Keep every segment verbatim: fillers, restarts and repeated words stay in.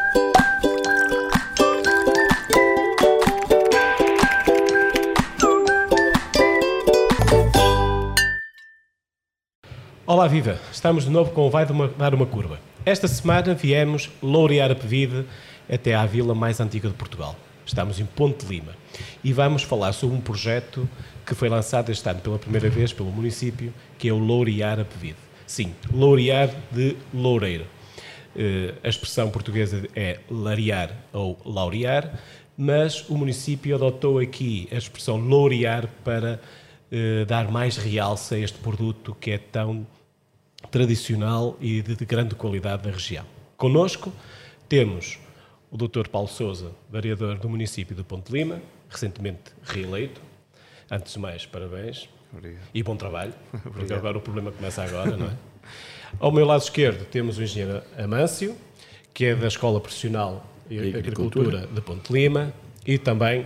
Olá, viva! Estamos de novo com o Vai Dar uma Curva. Esta semana viemos laurear a Pevide até à vila mais antiga de Portugal. Estamos em Ponte Lima e vamos falar sobre um projeto que foi lançado este ano pela primeira vez pelo município, que é o Laurear a Pevide. Sim, laurear de loureiro. A expressão portuguesa é larear ou laurear, mas o município adotou aqui a expressão laurear para uh, dar mais realce a este produto que é tão tradicional e de, de grande qualidade da região. Connosco temos o doutor Paulo Sousa, vereador do município de Ponte Lima, recentemente reeleito. Antes de mais, parabéns. Obrigado. E bom trabalho, porque Obrigado. Agora o problema começa agora, não é? Ao meu lado esquerdo temos o engenheiro Amâncio, que é da Escola Profissional de Agricultura, Agricultura de Ponte Lima, e também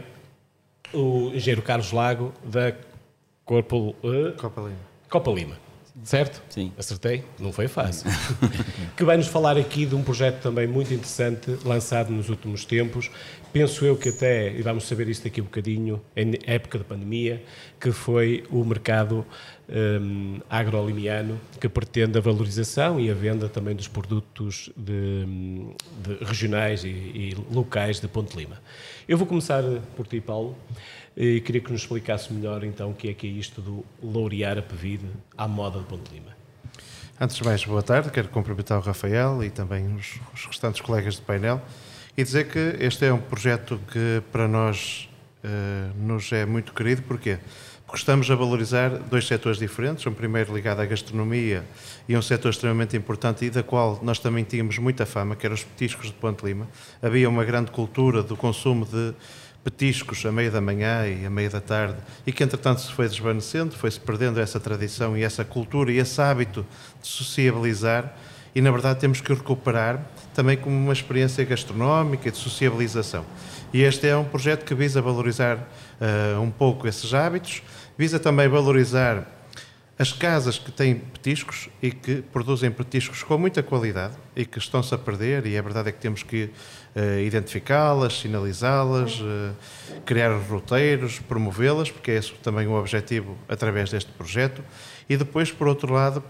o engenheiro Carlos Lago, da Corpo, uh, Copa Lima. Copa Lima. Certo? Sim. Acertei? Não foi fácil. Que vai-nos falar aqui de um projeto também muito interessante, lançado nos últimos tempos. Penso eu que até, e vamos saber isso daqui um bocadinho, em época de pandemia, que foi o mercado um, agrolimiano, que pretende a valorização e a venda também dos produtos de, de regionais e, e locais de Ponte Lima. Eu vou começar por ti, Paulo. E queria que nos explicasse melhor, então, o que é que é isto do laurear a Pevide à moda de Ponte Lima. Antes de mais, boa tarde. Quero cumprimentar o Rafael e também os, os restantes colegas do painel e dizer que este é um projeto que, para nós, uh, nos é muito querido. Porquê? Porque estamos a valorizar dois setores diferentes. Um primeiro ligado à gastronomia e um setor extremamente importante e da qual nós também tínhamos muita fama, que eram os petiscos de Ponte Lima. Havia uma grande cultura do consumo de petiscos a meia da manhã e a meia da tarde e que entretanto se foi desvanecendo, foi-se perdendo essa tradição e essa cultura e esse hábito de sociabilizar e na verdade temos que recuperar também como uma experiência gastronómica e de sociabilização. E este é um projeto que visa valorizar uh, um pouco esses hábitos, visa também valorizar as casas que têm petiscos e que produzem petiscos com muita qualidade e que estão-se a perder, e a verdade é que temos que uh, identificá-las, sinalizá-las, uh, criar roteiros, promovê-las, porque é esse também o objetivo através deste projeto, e depois, por outro lado,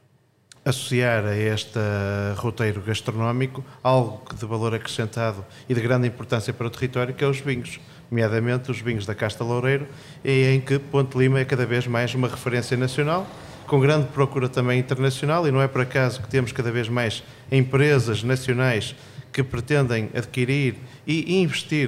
associar a este roteiro gastronómico algo de valor acrescentado e de grande importância para o território, que é os vinhos, nomeadamente os vinhos da Casta Loureiro, em que Ponte Lima é cada vez mais uma referência nacional, com grande procura também internacional, e não é por acaso que temos cada vez mais empresas nacionais que pretendem adquirir e investir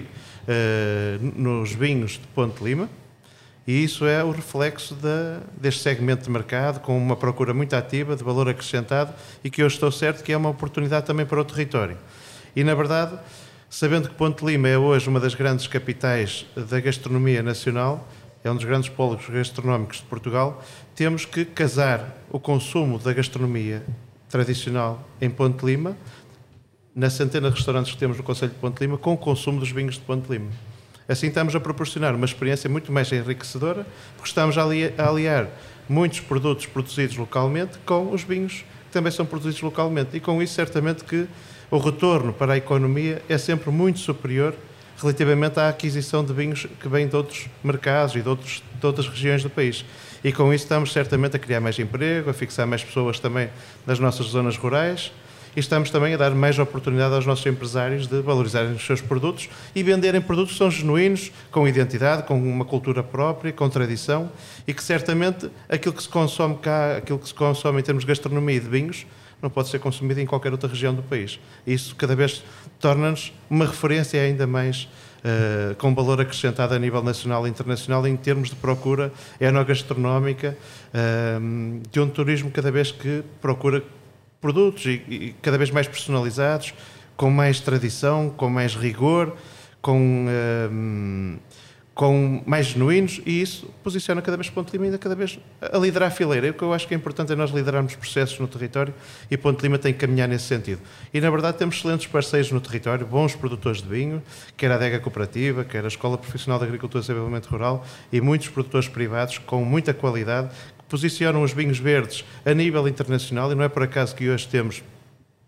uh, nos vinhos de Ponte Lima, e isso é o reflexo de, deste segmento de mercado, com uma procura muito ativa, de valor acrescentado, e que eu estou certo que é uma oportunidade também para o território. E, na verdade, sabendo que Ponte Lima é hoje uma das grandes capitais da gastronomia nacional, é um dos grandes polos gastronómicos de Portugal, temos que casar o consumo da gastronomia tradicional em Ponte Lima, na centena de restaurantes que temos no concelho de Ponte Lima, com o consumo dos vinhos de Ponte Lima. Assim estamos a proporcionar uma experiência muito mais enriquecedora, porque estamos a aliar muitos produtos produzidos localmente com os vinhos que também são produzidos localmente. E com isso, certamente que o retorno para a economia é sempre muito superior relativamente à aquisição de vinhos que vêm de outros mercados e de, outros, de outras regiões do país. E com isso estamos certamente a criar mais emprego, a fixar mais pessoas também nas nossas zonas rurais, e estamos também a dar mais oportunidade aos nossos empresários de valorizarem os seus produtos e venderem produtos que são genuínos, com identidade, com uma cultura própria, com tradição, e que certamente aquilo que se consome cá, aquilo que se consome em termos de gastronomia e de vinhos, não pode ser consumido em qualquer outra região do país. Isso cada vez torna-nos uma referência ainda mais uh, com valor acrescentado a nível nacional e internacional em termos de procura enogastronómica, uh, de um turismo cada vez que procura produtos e, e cada vez mais personalizados, com mais tradição, com mais rigor, com, uh, com mais genuínos, e isso posiciona cada vez Ponte Lima ainda cada vez a liderar a fileira. O que eu acho que é importante é nós liderarmos processos no território, e Ponte Lima tem que caminhar nesse sentido. E na verdade temos excelentes parceiros no território, bons produtores de vinho, quer a Adega Cooperativa, quer a Escola Profissional de Agricultura e Desenvolvimento Rural, e muitos produtores privados com muita qualidade, posicionam os vinhos verdes a nível internacional, e não é por acaso que hoje temos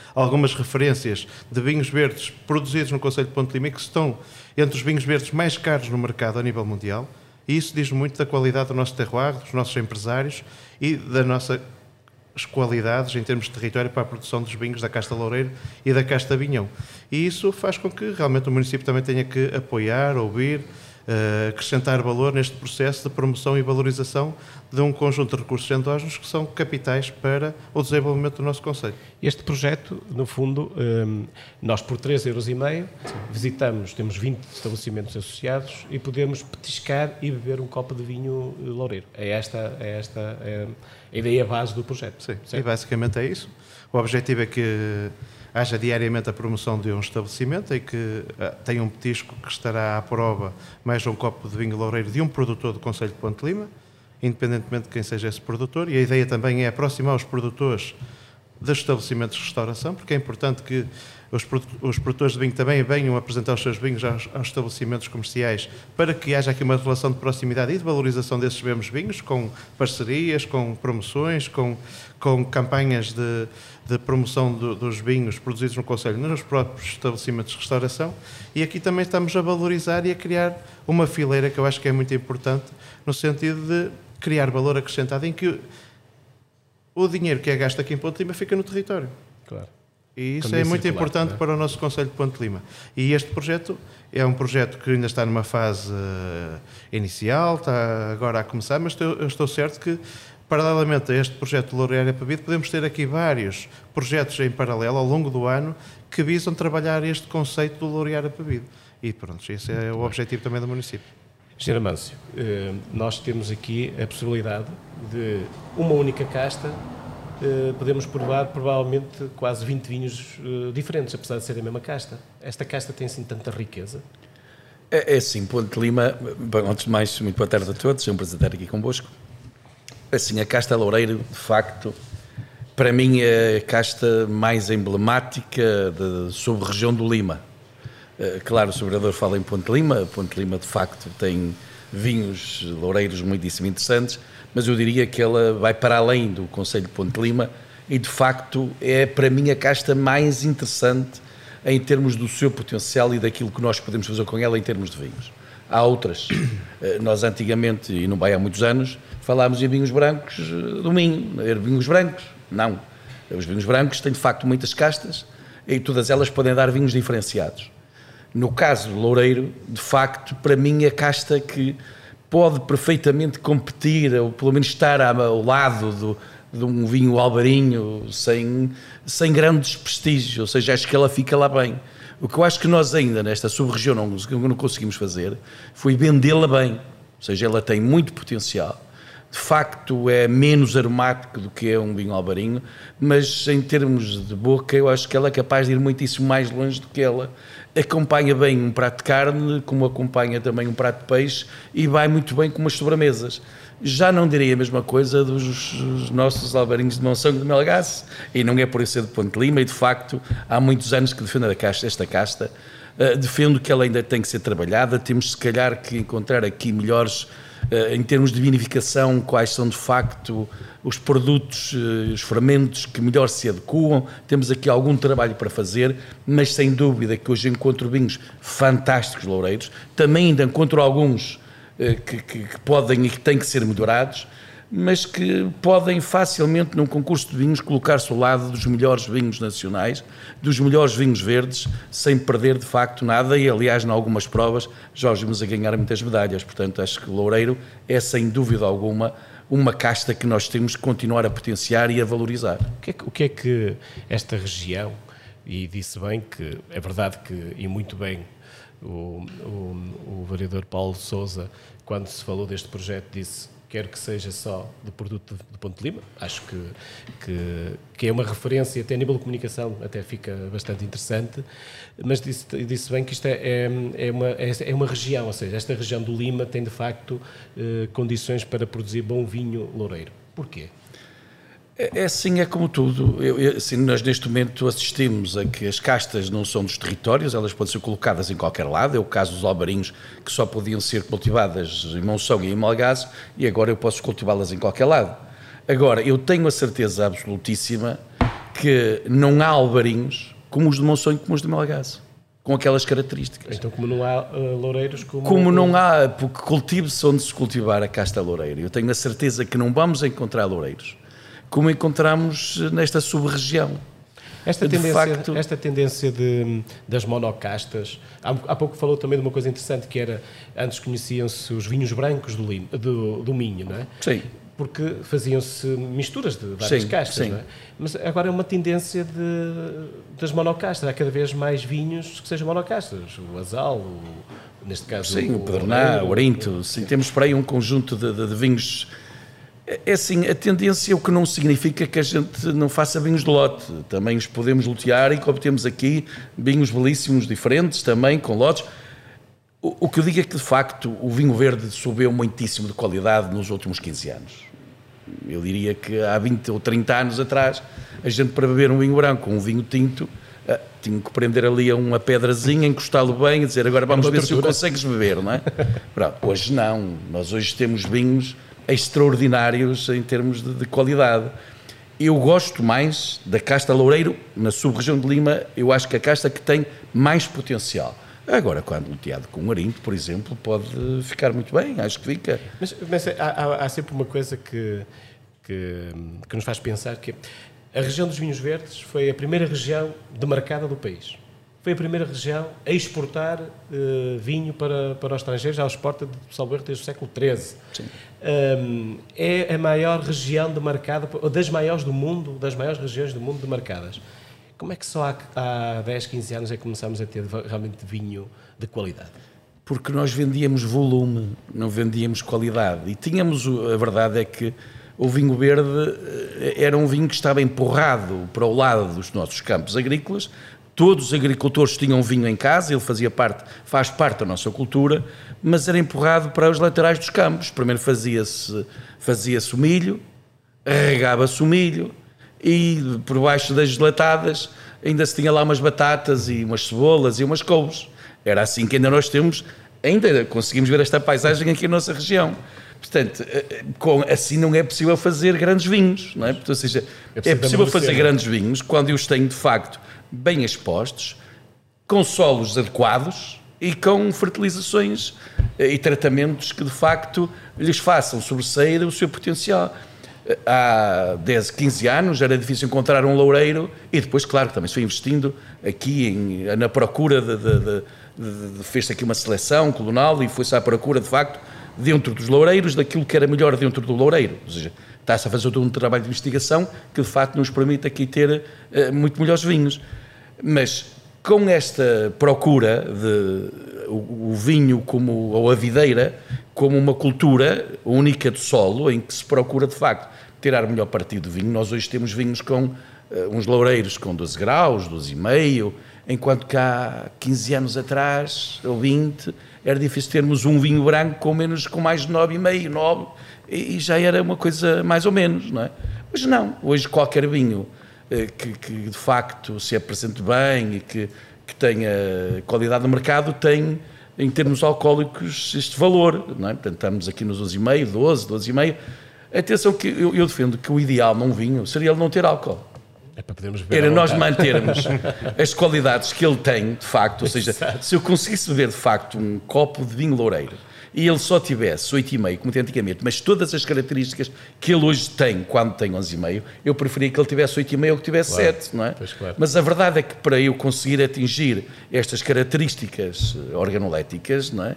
algumas referências de vinhos verdes produzidos no concelho de Ponte Lima, que estão entre os vinhos verdes mais caros no mercado a nível mundial, e isso diz muito da qualidade do nosso terroir, dos nossos empresários e da nossa as qualidades em termos de território para a produção dos vinhos da Casta Loureiro e da Casta Vinhão. E isso faz com que realmente o município também tenha que apoiar, ouvir, uh, acrescentar valor neste processo de promoção e valorização de um conjunto de recursos endógenos que são capitais para o desenvolvimento do nosso concelho. Este projeto, no fundo, um, nós por três euros e meio visitamos, temos vinte estabelecimentos associados e podemos petiscar e beber um copo de vinho loureiro. É esta, é esta é a ideia base do projeto. Sim, e basicamente é isso. O objetivo é que haja diariamente a promoção de um estabelecimento e que uh, tenha um petisco que estará à prova mais um copo de vinho loureiro de um produtor do concelho de Ponte Lima, independentemente de quem seja esse produtor, e a ideia também é aproximar os produtores dos estabelecimentos de restauração, porque é importante que os, os produtores de vinho também venham apresentar os seus vinhos aos, aos estabelecimentos comerciais, para que haja aqui uma relação de proximidade e de valorização desses mesmos vinhos, com parcerias, com promoções, com, com campanhas de, de promoção do, dos vinhos produzidos no concelho nos próprios estabelecimentos de restauração. E aqui também estamos a valorizar e a criar uma fileira que eu acho que é muito importante, no sentido de criar valor acrescentado em que o dinheiro que é gasto aqui em Ponte Lima fica no território. Claro. E isso é muito circular, importante, não é? Para o nosso concelho de Ponte Lima. E este projeto é um projeto que ainda está numa fase uh, inicial, está agora a começar, mas eu, eu estou certo que, paralelamente a este projeto de Loureiro para Vida, podemos ter aqui vários projetos em paralelo ao longo do ano que visam trabalhar este conceito do Loureiro para Vida. E pronto, esse é o objetivo também do município. Senhor Amâncio, nós temos aqui a possibilidade de uma única casta, podemos provar provavelmente quase vinte vinhos diferentes, apesar de serem a mesma casta. Esta casta tem assim tanta riqueza? É, é assim, Ponte Lima, bom, antes de mais, muito boa tarde a todos, é um prazer estar aqui convosco. Assim, a Casta Loureiro, de facto, para mim é a casta mais emblemática da sub-região do Lima. Claro, o seu vereador fala em Ponte Lima, Ponte Lima de facto tem vinhos loureiros muitíssimo interessantes, mas eu diria que ela vai para além do concelho de Ponte Lima e de facto é para mim a casta mais interessante em termos do seu potencial e daquilo que nós podemos fazer com ela em termos de vinhos. Há outras, nós antigamente, e não vai há muitos anos, falámos em vinhos brancos do Minho, vinhos brancos, não. Os vinhos brancos têm de facto muitas castas e todas elas podem dar vinhos diferenciados. No caso do Loureiro, de facto, para mim a casta que pode perfeitamente competir, ou pelo menos estar ao lado do, de um vinho albarinho, sem, sem grandes prestígios, ou seja, acho que ela fica lá bem. O que eu acho que nós ainda, nesta sub-região, não, não conseguimos fazer, foi vendê-la bem, ou seja, ela tem muito potencial. De facto, é menos aromático do que é um vinho albarinho, mas em termos de boca, eu acho que ela é capaz de ir muitíssimo mais longe do que ela. Acompanha bem um prato de carne, como acompanha também um prato de peixe, e vai muito bem com umas sobremesas. Já não direi a mesma coisa dos, dos nossos albarinhos de Monção e de Melgaço, e não é por isso ser de Ponte Lima, e de facto, há muitos anos que defendo a casta, esta casta, uh, defendo que ela ainda tem que ser trabalhada, temos se calhar que encontrar aqui melhores, Uh, em termos de vinificação, quais são de facto os produtos, uh, os fermentos que melhor se adequam. Temos aqui algum trabalho para fazer, mas sem dúvida que hoje encontro vinhos fantásticos loureiros. Também ainda encontro alguns uh, que, que, que podem e que têm que ser melhorados, mas que podem facilmente num concurso de vinhos colocar-se ao lado dos melhores vinhos nacionais, dos melhores vinhos verdes, sem perder de facto nada, e aliás em algumas provas já os vimos a ganhar muitas medalhas. Portanto, acho que o Loureiro é sem dúvida alguma uma casta que nós temos que continuar a potenciar e a valorizar. O que é que, o que, é que esta região, e disse bem que é verdade que, e muito bem, o, o, o vereador Paulo Sousa, quando se falou deste projeto, disse: quero que seja só do produto de Ponte Lima. Acho que, que, que é uma referência, até a nível de comunicação, até fica bastante interessante, mas disse, disse bem que isto é, é, é, uma, é, é uma região, ou seja, esta região do Lima tem de facto eh, condições para produzir bom vinho loureiro. Porquê? É assim, é como tudo. Eu, eu, assim, nós neste momento assistimos a que as castas não são dos territórios, elas podem ser colocadas em qualquer lado. É o caso dos albarinhos, que só podiam ser cultivadas em Monção e em Melgaço, e agora eu posso cultivá-las em qualquer lado. Agora, eu tenho a certeza absolutíssima que não há alvarinhos como os de Monçonho, como os de Melgaço, com aquelas características. Então, como não há uh, loureiros como... Como não há, porque cultive-se onde se cultivar a casta loureira. Eu tenho a certeza que não vamos encontrar loureiros como encontramos nesta sub-região. Esta de tendência, facto, esta tendência de, das monocastas, há, há pouco falou também de uma coisa interessante, que era, antes conheciam-se os vinhos brancos do, Limo, do, do Minho, não é? Sim. Porque faziam-se misturas de várias sim, castas, sim. não é? Mas agora é uma tendência de, das monocastas. Há cada vez mais vinhos que sejam monocastas. O Asal, o, neste caso... Sim, o, o Pedroná, o Orinto. Sim, temos por aí um conjunto de, de, de vinhos... É assim, a tendência, o que não significa que a gente não faça vinhos de lote. Também os podemos lotear e como temos aqui vinhos belíssimos, diferentes, também com lotes. O, o que eu digo é que, de facto, o vinho verde subiu muitíssimo de qualidade nos últimos quinze anos. Eu diria que há vinte ou trinta anos atrás, a gente para beber um vinho branco ou um vinho tinto, ah, tinha que prender ali a uma pedrazinha, encostá-lo bem e dizer agora vamos ver se o consegues beber, não é? Pronto, hoje não. Nós hoje temos vinhos extraordinários em termos de, de qualidade. Eu gosto mais da casta loureiro na sub-região de Lima. Eu acho que a casta que tem mais potencial. Agora, quando loteado com um arinto, por exemplo, pode ficar muito bem, acho que fica. Mas, mas há, há, há sempre uma coisa que, que, que nos faz pensar, que a região dos vinhos verdes foi a primeira região demarcada do país. Foi a primeira região a exportar uh, vinho para, para os estrangeiros, já exporta de Salvo Erro desde o século treze. Sim. Um, é a maior região demarcada, ou das maiores do mundo, das maiores regiões do mundo demarcadas. Como é que só há, há dez, quinze anos é que começamos a ter realmente vinho de qualidade? Porque nós vendíamos volume, não vendíamos qualidade. E tínhamos, a verdade é que o vinho verde era um vinho que estava empurrado para o lado dos nossos campos agrícolas. Todos os agricultores tinham vinho em casa, ele fazia parte, faz parte da nossa cultura, mas era empurrado para os laterais dos campos. Primeiro fazia-se fazia-se o milho, regava-se o milho, e por baixo das gelatadas ainda se tinha lá umas batatas e umas cebolas e umas couves. Era assim que ainda nós temos, ainda conseguimos ver esta paisagem aqui na nossa região. Portanto, com, assim não é possível fazer grandes vinhos, não é? Portanto, ou seja, é, é possível fazer grandes vinhos quando eu os tenho de facto bem expostos, com solos adequados e com fertilizações e tratamentos que de facto lhes façam sobressair o seu potencial. Há dez, quinze anos era difícil encontrar um loureiro e depois, claro, também se foi investindo aqui em, na procura de, de, de, de, de fez-se aqui uma seleção colonial e foi-se à procura, de facto, dentro dos loureiros, daquilo que era melhor dentro do loureiro. Ou seja, está-se a fazer todo um trabalho de investigação que, de facto, nos permite aqui ter uh, muito melhores vinhos. Mas com esta procura de o, o vinho como, ou a videira como uma cultura única do solo, em que se procura, de facto, tirar o melhor partido do vinho. Nós hoje temos vinhos com uh, uns loureiros com doze graus, doze vírgula cinco, enquanto que há quinze anos atrás, ou vinte, era difícil termos um vinho branco com menos, com mais de nove vírgula cinco, nove, e já era uma coisa mais ou menos, não é? Mas não, hoje qualquer vinho uh, que, que de facto se apresente bem e que, que tenha qualidade de mercado tem, em termos alcoólicos, este valor, não é? Portanto, estamos aqui nos onze vírgula cinco, doze, doze vírgula cinco. Atenção que eu, eu defendo que o ideal num vinho seria ele não ter álcool. É para podermos beber. Era nós mantermos as qualidades que ele tem, de facto, ou seja, se eu conseguisse beber, de facto, um copo de vinho loureiro e ele só tivesse oito vírgula cinco, como tem antigamente, mas todas as características que ele hoje tem, quando tem onze vírgula cinco, eu preferia que ele tivesse oito vírgula cinco ou que tivesse claro, sete, não é? Pois, claro. Mas a verdade é que para eu conseguir atingir estas características organoléticas, não é?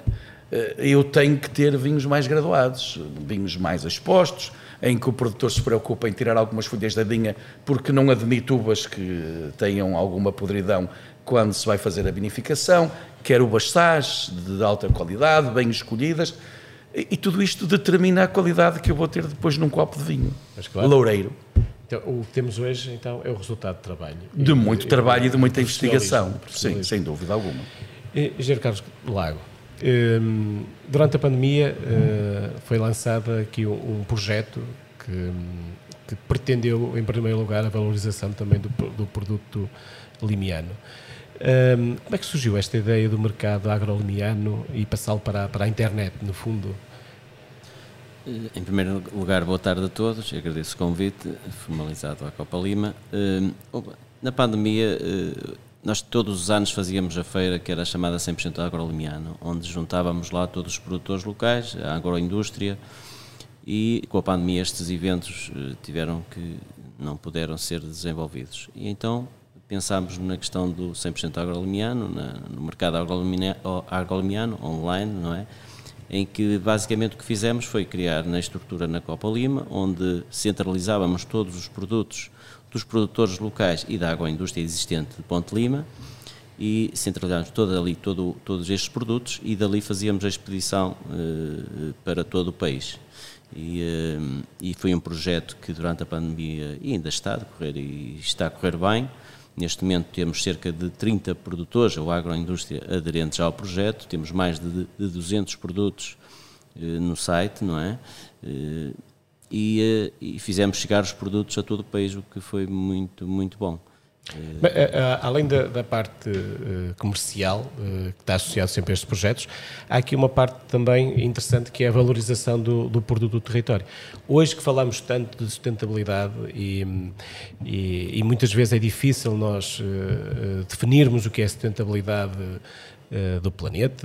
Eu tenho que ter vinhos mais graduados, vinhos mais expostos, em que o produtor se preocupa em tirar algumas folhas da vinha porque não admite uvas que tenham alguma podridão quando se vai fazer a vinificação, quer uvas sás de alta qualidade, bem escolhidas, e, e tudo isto determina a qualidade que eu vou ter depois num copo de vinho, claro, loureiro. Então, o que temos hoje, então, é o resultado de trabalho. De e, muito e, trabalho e de muita de investigação, profissionalismo. sim, sem dúvida alguma. Engenheiro Carlos Lago, durante a pandemia foi lançado aqui um projeto que, que pretendeu, em primeiro lugar, a valorização também do, do produto limiano. Como é que surgiu esta ideia do mercado agrolimiano e passá-lo para, para a internet, no fundo? Em primeiro lugar, boa tarde a todos, agradeço o convite formalizado à Copa Lima. Na pandemia, nós todos os anos fazíamos a feira que era chamada cem por cento Agrolimiano, onde juntávamos lá todos os produtores locais, a agroindústria, e com a pandemia estes eventos tiveram que, não puderam ser desenvolvidos. E então pensámos na questão do cem por cento Agrolimiano, na, no mercado agrolimiano, agrolimiano online, não é? Em que basicamente o que fizemos foi criar na estrutura na Copa Lima, onde centralizávamos todos os produtos dos produtores locais e da agroindústria existente de Ponte Lima, e centralizávamos todo ali, todo, todos estes produtos, e dali fazíamos a expedição eh, para todo o país. E, eh, e foi um projeto que durante a pandemia ainda está a decorrer e está a correr bem. Neste momento temos cerca de trinta produtores ou agroindústria aderentes ao projeto, temos mais de, de duzentos produtos eh, no site, não é? Eh, e, eh, e fizemos chegar os produtos a todo o país, o que foi muito, muito bom. Bem, além da, da parte uh, comercial, uh, que está associada sempre a estes projetos, há aqui uma parte também interessante que é a valorização do, do produto do território. Hoje que falamos tanto de sustentabilidade e, e, e muitas vezes é difícil nós uh, definirmos o que é sustentabilidade uh, do planeta,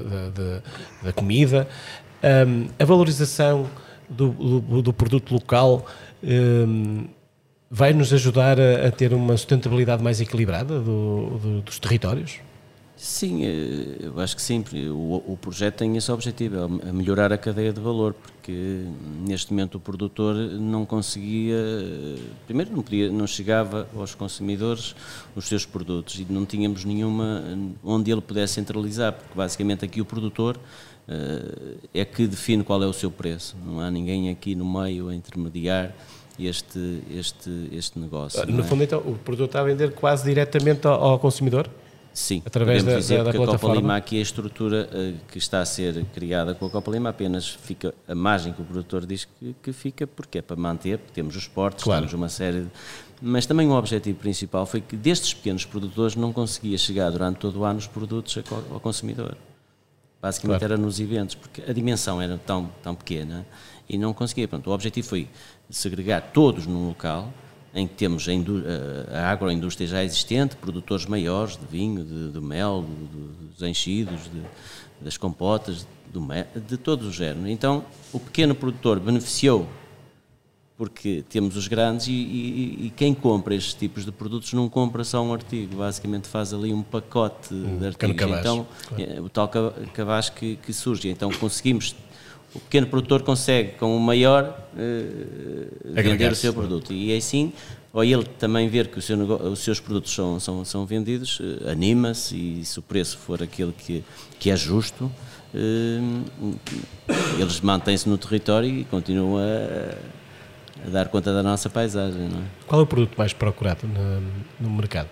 da comida, um, a valorização do, do, do produto local um, vai nos ajudar a, a ter uma sustentabilidade mais equilibrada do, do, dos territórios? Sim, eu acho que sim. O, o projeto tem esse objetivo, a melhorar a cadeia de valor, porque neste momento o produtor não conseguia, primeiro não, podia, não chegava aos consumidores os seus produtos e não tínhamos nenhuma onde ele pudesse centralizar, porque basicamente aqui o produtor uh, é que define qual é o seu preço, não há ninguém aqui no meio a intermediar este, este, este negócio. No fundo, então, o produto está a vender quase diretamente ao, ao consumidor? Sim, através da, dizer da, da que plataforma. A Copa Lima, aqui a estrutura uh, que está a ser criada com a Copa Lima, apenas fica a margem que o produtor diz que, que fica, porque é para manter, porque temos os portos, claro. Temos uma série de... Mas também o objetivo principal foi que destes pequenos produtores não conseguia chegar durante todo o ano os produtos ao consumidor. Basicamente claro. Era nos eventos, porque a dimensão era tão, tão pequena e não conseguia. Pronto, o objetivo foi segregar todos num local em que temos a, a agroindústria já existente, produtores maiores de vinho, de, de mel, de, dos enchidos, de, das compotas, do mel, de todo o género. Então, o pequeno produtor beneficiou porque temos os grandes e, e, e quem compra estes tipos de produtos não compra só um artigo, basicamente faz ali um pacote um de artigos. Cabaz, então, claro. é, o tal cabaz que, que surge. Então, conseguimos... O pequeno produtor consegue, com o maior, uh, vender o seu produto. E assim, ou ele também ver que o seu negócio, os seus produtos são, são, são vendidos, uh, anima-se e se o preço for aquele que, que é justo, uh, eles mantêm-se no território e continuam a, a dar conta da nossa paisagem. Não é? Qual é o produto mais procurado no, no mercado?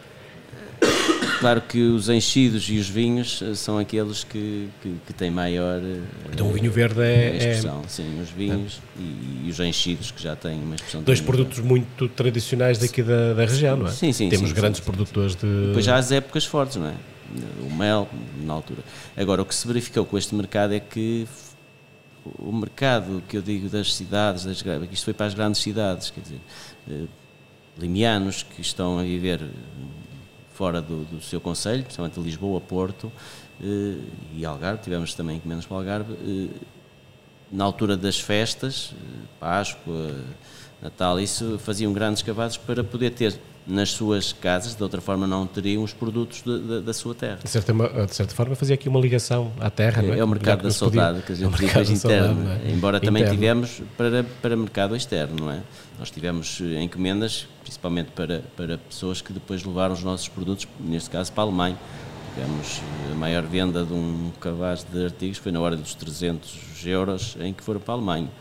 Claro que os enchidos e os vinhos são aqueles que, que, que têm maior então o vinho verde é, expressão. É... Sim, os vinhos é. e, e os enchidos que já têm uma expressão. Dois produtos muito tradicionais daqui da, da região, não é? Sim, sim. Temos sim, grandes sim, produtores sim. de... Depois já há as épocas fortes, não é? O mel, na altura. Agora, o que se verificou com este mercado é que o mercado, que eu digo das cidades, das, isto foi para as grandes cidades, quer dizer, limianos que estão a viver... fora do, do seu concelho, principalmente Lisboa, Porto eh, e Algarve, tivemos também encomendas para o Algarve, eh, na altura das festas, eh, Páscoa, Natal, isso faziam grandes cavados para poder ter nas suas casas, de outra forma não teriam os produtos de, de, da sua terra. De certa, de certa forma fazia aqui uma ligação à terra, não é? É o mercado da saudade, que a gente diz depois interno, é? Embora interno. Também tivemos para, para mercado externo, não é? Nós tivemos encomendas, principalmente para, para pessoas que depois levaram os nossos produtos, neste caso para a Alemanha. Tivemos a maior venda de um cabaz de artigos, foi na ordem dos trezentos euros, em que foram para a Alemanha.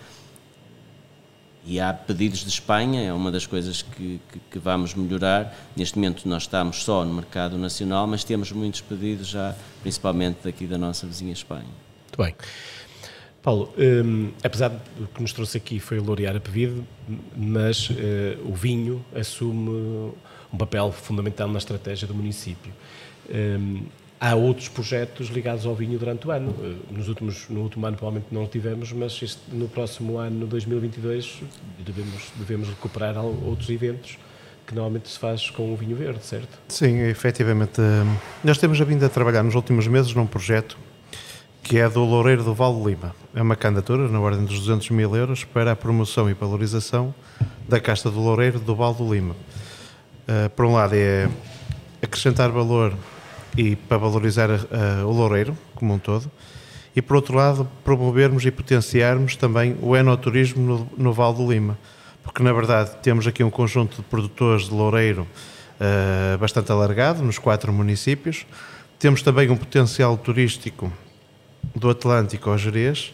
E há pedidos de Espanha, é uma das coisas que, que, que vamos melhorar. Neste momento nós estamos só no mercado nacional, mas temos muitos pedidos já, principalmente daqui da nossa vizinha Espanha. Muito bem. Paulo, um, apesar do que nos trouxe aqui foi laurear a Pevide, mas uh, o vinho assume um papel fundamental na estratégia do município. Um, há outros projetos ligados ao vinho durante o ano. Nos últimos, no último ano provavelmente não o tivemos, mas este, no próximo ano, dois mil e vinte e dois, devemos, devemos recuperar outros eventos que normalmente se faz com o vinho verde, certo? Sim, efetivamente. Nós temos vindo a trabalhar nos últimos meses num projeto que é do Loureiro do Val de Lima. É uma candidatura na ordem dos duzentos mil euros para a promoção e valorização da casta do Loureiro do Val do Lima. Por um lado é acrescentar valor e para valorizar uh, o loureiro como um todo, e por outro lado promovermos e potenciarmos também o enoturismo no, no Val do Lima, porque na verdade temos aqui um conjunto de produtores de loureiro uh, bastante alargado nos quatro municípios, temos também um potencial turístico do Atlântico ao Gerês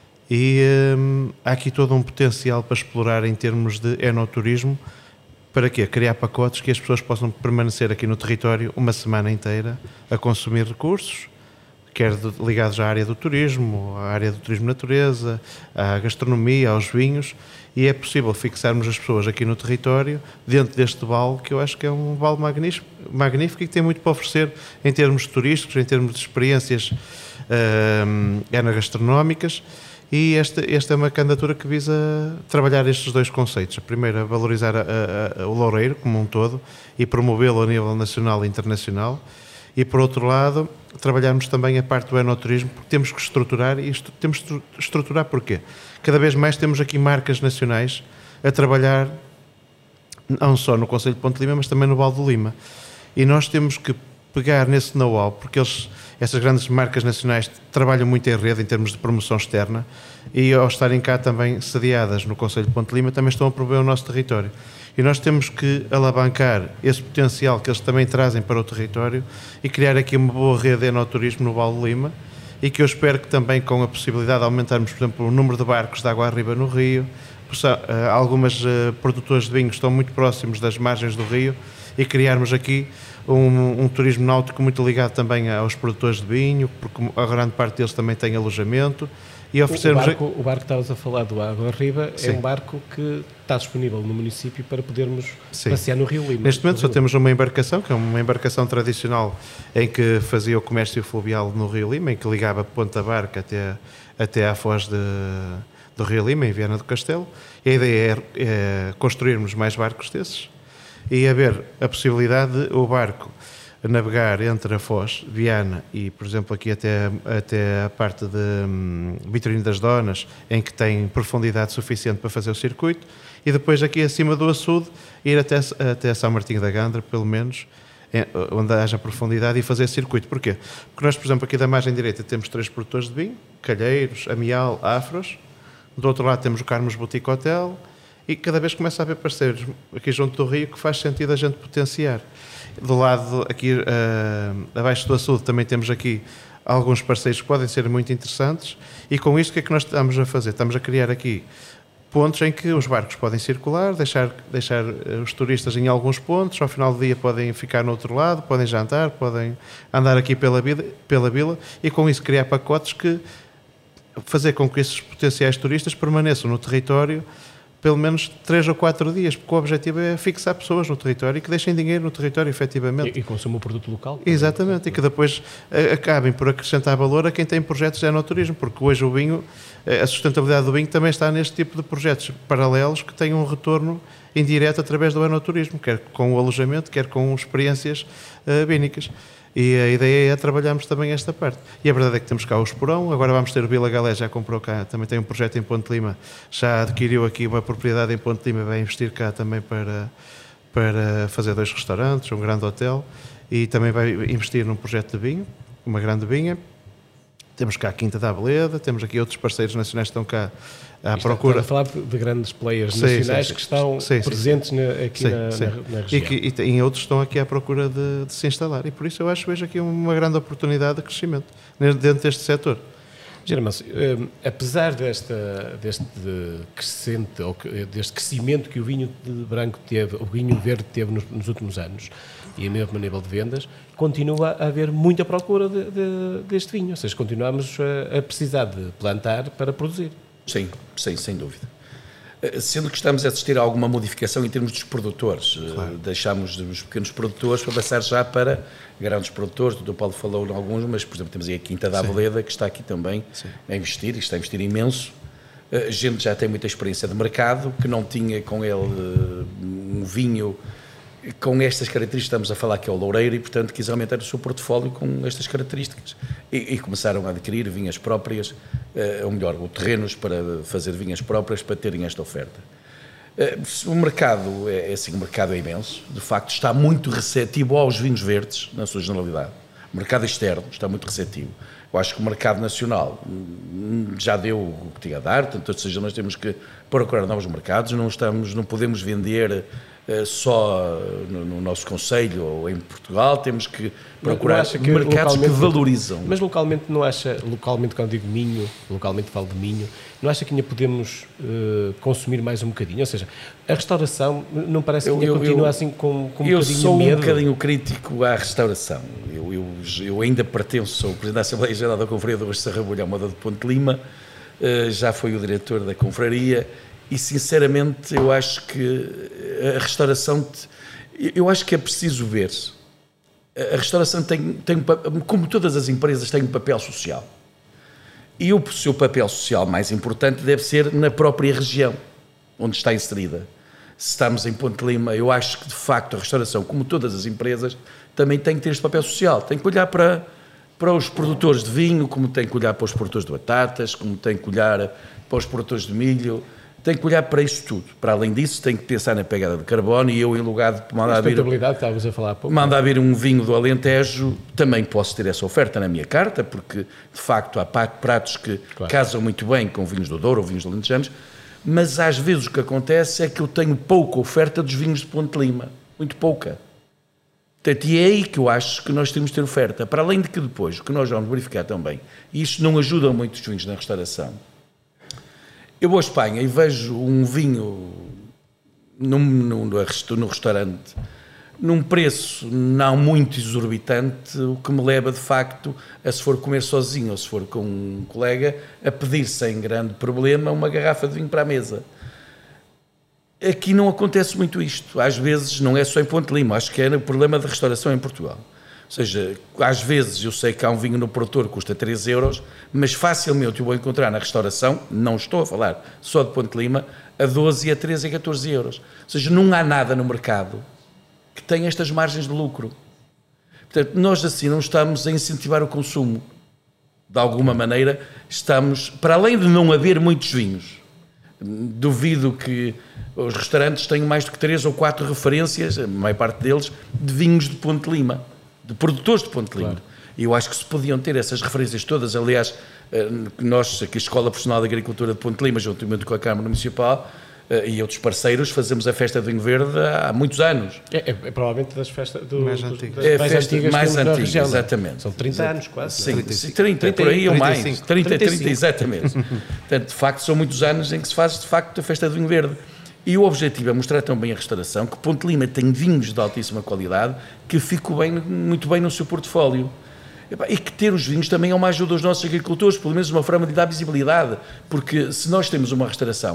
e um, há aqui todo um potencial para explorar em termos de enoturismo. Para quê? Criar pacotes que as pessoas possam permanecer aqui no território uma semana inteira a consumir recursos, quer de, ligados à área do turismo, à área do turismo de natureza, à gastronomia, aos vinhos, e é possível fixarmos as pessoas aqui no território, dentro deste vale, que eu acho que é um vale magnífico, magnífico e que tem muito para oferecer em termos turísticos, em termos de experiências uh, enogastronómicas. E esta, esta é uma candidatura que visa trabalhar estes dois conceitos. A primeira, valorizar a, a, a, o loureiro como um todo e promovê-lo a nível nacional e internacional. E, por outro lado, trabalharmos também a parte do enoturismo, porque temos que estruturar, e isto, temos que estruturar porquê? Cada vez mais temos aqui marcas nacionais a trabalhar, não só no Concelho de Ponte Lima, mas também no Val do Lima. E nós temos que pegar nesse know-how, porque eles... Essas grandes marcas nacionais trabalham muito em rede em termos de promoção externa e ao estarem cá também sediadas no Concelho de Ponte Lima também estão a promover o nosso território. E nós temos que alavancar esse potencial que eles também trazem para o território e criar aqui uma boa rede de enoturismo no Val de Lima e que eu espero que também com a possibilidade de aumentarmos, por exemplo, o número de barcos de água arriba no rio. Algumas produtoras de vinhos estão muito próximos das margens do rio e criarmos aqui Um, um turismo náutico muito ligado também aos produtores de vinho, porque a grande parte deles também tem alojamento. E oferecermos... o, barco, o barco que estavas a falar do Água Arriba é um barco que está disponível no município para podermos Sim. passear no Rio Lima. Neste momento só temos uma embarcação, que é uma embarcação tradicional em que fazia o comércio fluvial no Rio Lima, em que ligava Ponta Barca até, até à foz de, do Rio Lima, em Viana do Castelo. E a ideia é, é construirmos mais barcos desses e haver a possibilidade de o barco navegar entre a Foz, Viana e, por exemplo, aqui até, até a parte de hum, Vitorino das Donas, em que tem profundidade suficiente para fazer o circuito, e depois aqui acima do açude ir até, até São Martinho da Gandra, pelo menos, onde haja profundidade, e fazer circuito. Porquê? Porque nós, por exemplo, aqui da margem direita temos três produtores de vinho, Calheiros, Amial, Afros, do outro lado temos o Carmos Boutique Hotel, e cada vez começa a haver parceiros aqui junto do Rio que faz sentido a gente potenciar. Do lado, aqui uh, abaixo do açude, também temos aqui alguns parceiros que podem ser muito interessantes, e com isto o que é que nós estamos a fazer? Estamos a criar aqui pontos em que os barcos podem circular, deixar, deixar os turistas em alguns pontos, ao final do dia podem ficar no outro lado, podem jantar, podem andar aqui pela vila, pela vila e com isso criar pacotes que fazer com que esses potenciais turistas permaneçam no território pelo menos três ou quatro dias, porque o objetivo é fixar pessoas no território e que deixem dinheiro no território, efetivamente. E, e consumam o produto local. Exatamente, e que depois uh, acabem por acrescentar valor a quem tem projetos de enoturismo, porque hoje o vinho, a sustentabilidade do vinho também está neste tipo de projetos paralelos que têm um retorno indireto através do enoturismo, quer com o alojamento, quer com experiências uh, vínicas. E a ideia é trabalharmos também esta parte. E a verdade é que temos cá o Esporão, agora vamos ter o Vila Galé, já comprou cá, também tem um projeto em Ponte Lima, já adquiriu aqui uma propriedade em Ponte Lima, vai investir cá também para, para fazer dois restaurantes, um grande hotel, e também vai investir num projeto de vinho, uma grande vinha. Temos cá a Quinta da Abeleda, temos aqui outros parceiros nacionais que estão cá à Isto procura. Estamos a falar de grandes players sim, nacionais sim, que estão sim, presentes sim. Na, aqui sim, na, sim. na, na região. E, que, e, e outros estão aqui à procura de, de se instalar. E por isso eu acho que vejo aqui uma grande oportunidade de crescimento dentro deste setor. Germâncio, um, apesar desta, deste crescente, ou deste crescimento que o vinho de branco teve, o vinho verde teve nos, nos últimos anos, e mesmo a nível de vendas, continua a haver muita procura de, de, deste vinho. Ou seja, continuamos a, a precisar de plantar para produzir. Sim, sim, sem dúvida. Sendo que estamos a assistir a alguma modificação em termos dos produtores. Claro. Deixámos dos pequenos produtores para passar já para grandes produtores. O doutor Paulo falou em alguns, mas, por exemplo, temos aí a Quinta da Aveleda, que está aqui também Sim. a investir, e está a investir imenso. A gente já tem muita experiência de mercado, que não tinha com ele um vinho com estas características. Estamos a falar que é o Loureiro, e, portanto, quis aumentar o seu portfólio com estas características. E, e começaram a adquirir vinhas próprias, ou melhor, terrenos para fazer vinhas próprias, para terem esta oferta. O mercado é assim, o mercado é imenso, de facto está muito receptivo aos vinhos verdes, na sua generalidade. O mercado externo está muito receptivo. Eu acho que o mercado nacional já deu o que tinha a dar, portanto, ou seja, nós temos que procurar novos mercados, não, estamos, não podemos vender só no, no nosso concelho ou em Portugal, temos que procurar que mercados que valorizam. Mas localmente não acha, localmente quando digo Minho, localmente falo de Minho, não acha que ainda podemos uh, consumir mais um bocadinho? Ou seja, a restauração não parece que ainda eu, continua eu, assim com, com um eu bocadinho de medo? Eu sou um bocadinho crítico à restauração. Eu, eu, eu ainda pertenço, sou o Presidente da Assembleia Geral da Confraria do Arroz de Sarrabulho, à moda de Ponte Lima, uh, já foi o diretor da Confraria. E, sinceramente, eu acho que a restauração, eu acho que é preciso ver. A restauração tem, tem, como todas as empresas, tem um papel social. E o seu papel social mais importante deve ser na própria região onde está inserida. Se estamos em Ponte Lima, eu acho que, de facto, a restauração, como todas as empresas, também tem que ter este papel social. Tem que olhar para, para os produtores de vinho, como tem que olhar para os produtores de batatas, como tem que olhar para os produtores de milho. Tem que olhar para isso tudo. Para além disso, tem que pensar na pegada de carbono, e eu, em lugar de mandar vir, estávamos a falar há pouco. mandar vir um vinho do Alentejo, também posso ter essa oferta na minha carta, porque, de facto, há pratos que claro. casam muito bem com vinhos do Douro ou vinhos do Alentejanos, mas às vezes o que acontece é que eu tenho pouca oferta dos vinhos de Ponte Lima. Muito pouca. Portanto, e é aí que eu acho que nós temos de ter oferta. Para além de que depois, o que nós vamos verificar também, e isto não ajuda muito os vinhos na restauração. Eu vou à Espanha e vejo um vinho num, num, no restaurante num preço não muito exorbitante, o que me leva de facto a, se for comer sozinho ou se for com um colega, a pedir sem grande problema uma garrafa de vinho para a mesa. Aqui não acontece muito isto. Às vezes não é só em Ponte Lima, acho que é o problema da restauração em Portugal. Ou seja, às vezes eu sei que há um vinho no produtor que custa três euros, mas facilmente eu vou encontrar na restauração, não estou a falar só de Ponte Lima, a doze, a treze, a catorze euros. Ou seja, não há nada no mercado que tenha estas margens de lucro. Portanto, nós assim não estamos a incentivar o consumo. De alguma maneira, estamos, para além de não haver muitos vinhos, duvido que os restaurantes tenham mais do que três ou quatro referências, a maior parte deles, de vinhos de Ponte Lima. De produtores de Ponte Lima. Claro. E eu acho que se podiam ter essas referências todas. Aliás, nós, aqui a Escola Profissional de Agricultura de Ponte Lima, juntamente com a Câmara Municipal e outros parceiros, fazemos a festa do vinho verde há muitos anos. É, é, é provavelmente das festas do, mais antigas. Das é mais festa antigas, mais antiga, região, exatamente. São trinta anos quase. Sim, trinta, trinta, trinta, por aí ou mais. trinta, trinta, trinta, exatamente. Portanto, de facto, são muitos anos em que se faz, de facto, a festa do vinho verde. E o objetivo é mostrar também a restauração que Ponte Lima tem vinhos de altíssima qualidade que ficam bem, muito bem no seu portfólio. E que ter os vinhos também é uma ajuda aos nossos agricultores, pelo menos uma forma de dar visibilidade, porque se nós temos uma restauração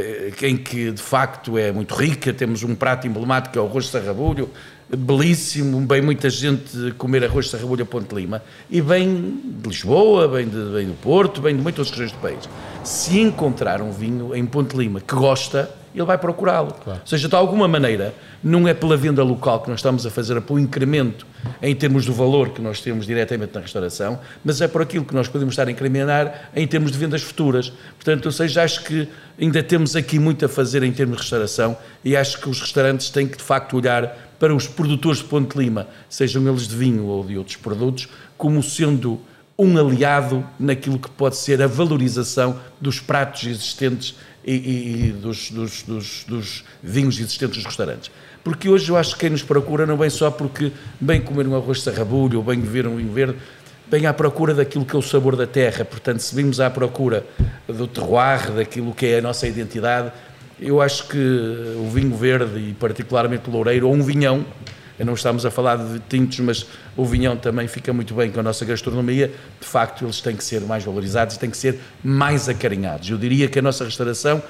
em que de facto é muito rica, temos um prato emblemático que é o arroz de sarrabulho, belíssimo, bem muita gente comer arroz de sarrabulho a Ponte Lima, e vem de Lisboa, vem, de, vem do Porto, vem de muitas outras regiões do país. Se encontrar um vinho em Ponte Lima que gosta, ele vai procurá-lo. Claro. Ou seja, de alguma maneira, não é pela venda local que nós estamos a fazer, é pelo incremento em termos do valor que nós temos diretamente na restauração, mas é por aquilo que nós podemos estar a incrementar em termos de vendas futuras. Portanto, ou seja, acho que ainda temos aqui muito a fazer em termos de restauração, e acho que os restaurantes têm que, de facto, olhar para os produtores de Ponte Lima, sejam eles de vinho ou de outros produtos, como sendo um aliado naquilo que pode ser a valorização dos pratos existentes e, e, e dos, dos, dos, dos vinhos existentes nos restaurantes. Porque hoje eu acho que quem nos procura não vem só porque vem comer um arroz de sarrabulho ou vem beber um vinho verde, vem à procura daquilo que é o sabor da terra. Portanto, se vimos à procura do terroir, daquilo que é a nossa identidade, eu acho que o vinho verde e particularmente o loureiro, ou um vinhão, não estamos a falar de tintos, mas o vinhão também fica muito bem com a nossa gastronomia, de facto eles têm que ser mais valorizados e têm que ser mais acarinhados. Eu diria que a nossa restauração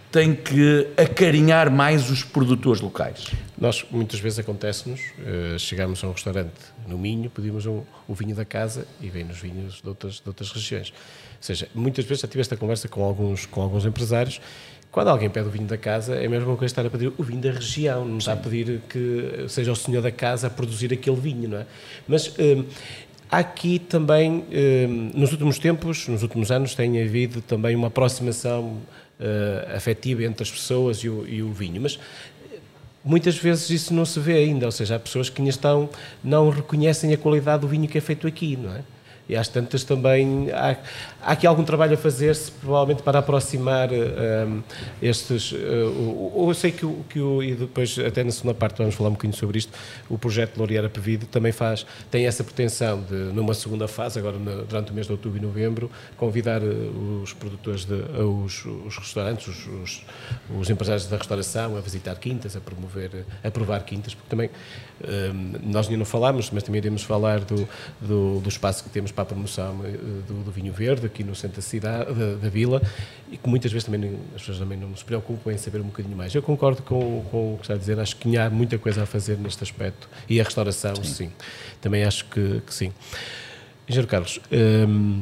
tem que acarinhar mais os produtores locais? Nós, muitas vezes acontece-nos, uh, chegamos a um restaurante no Minho, pedimos um, o vinho da casa e vem-nos vinhos de outras, de outras regiões. Ou seja, muitas vezes já tive esta conversa com alguns, com alguns empresários. Quando alguém pede o vinho da casa, é a mesma coisa estar a pedir o vinho da região, não está a pedir que seja o senhor da casa a produzir aquele vinho, não é? Mas um, há aqui também, um, nos últimos tempos, nos últimos anos, tem havido também uma aproximação uh, afetiva entre as pessoas e o, e o vinho, mas muitas vezes isso não se vê ainda, ou seja, há pessoas que ainda estão, não reconhecem a qualidade do vinho que é feito aqui, não é? E às tantas também há, há aqui algum trabalho a fazer-se, provavelmente para aproximar um, estes... Uh, eu sei que o, que o... E depois, até na segunda parte, vamos falar um bocadinho sobre isto, o projeto Laurear a Pevide também faz, tem essa pretensão de, numa segunda fase, agora no, durante o mês de outubro e novembro, convidar uh, os produtores, de, uh, os, os restaurantes, os, os, os empresários da restauração a visitar quintas, a promover, a provar quintas, porque também um, nós ainda não falámos, mas também iremos falar do, do, do espaço que temos para a promoção do, do vinho verde aqui no centro da cidade, da, da vila, e que muitas vezes também as pessoas também não se preocupam em saber um bocadinho mais. Eu concordo com, com o que está a dizer, acho que há muita coisa a fazer neste aspecto, e a restauração, sim, sim. Também acho que, que sim. Engenheiro Carlos, um,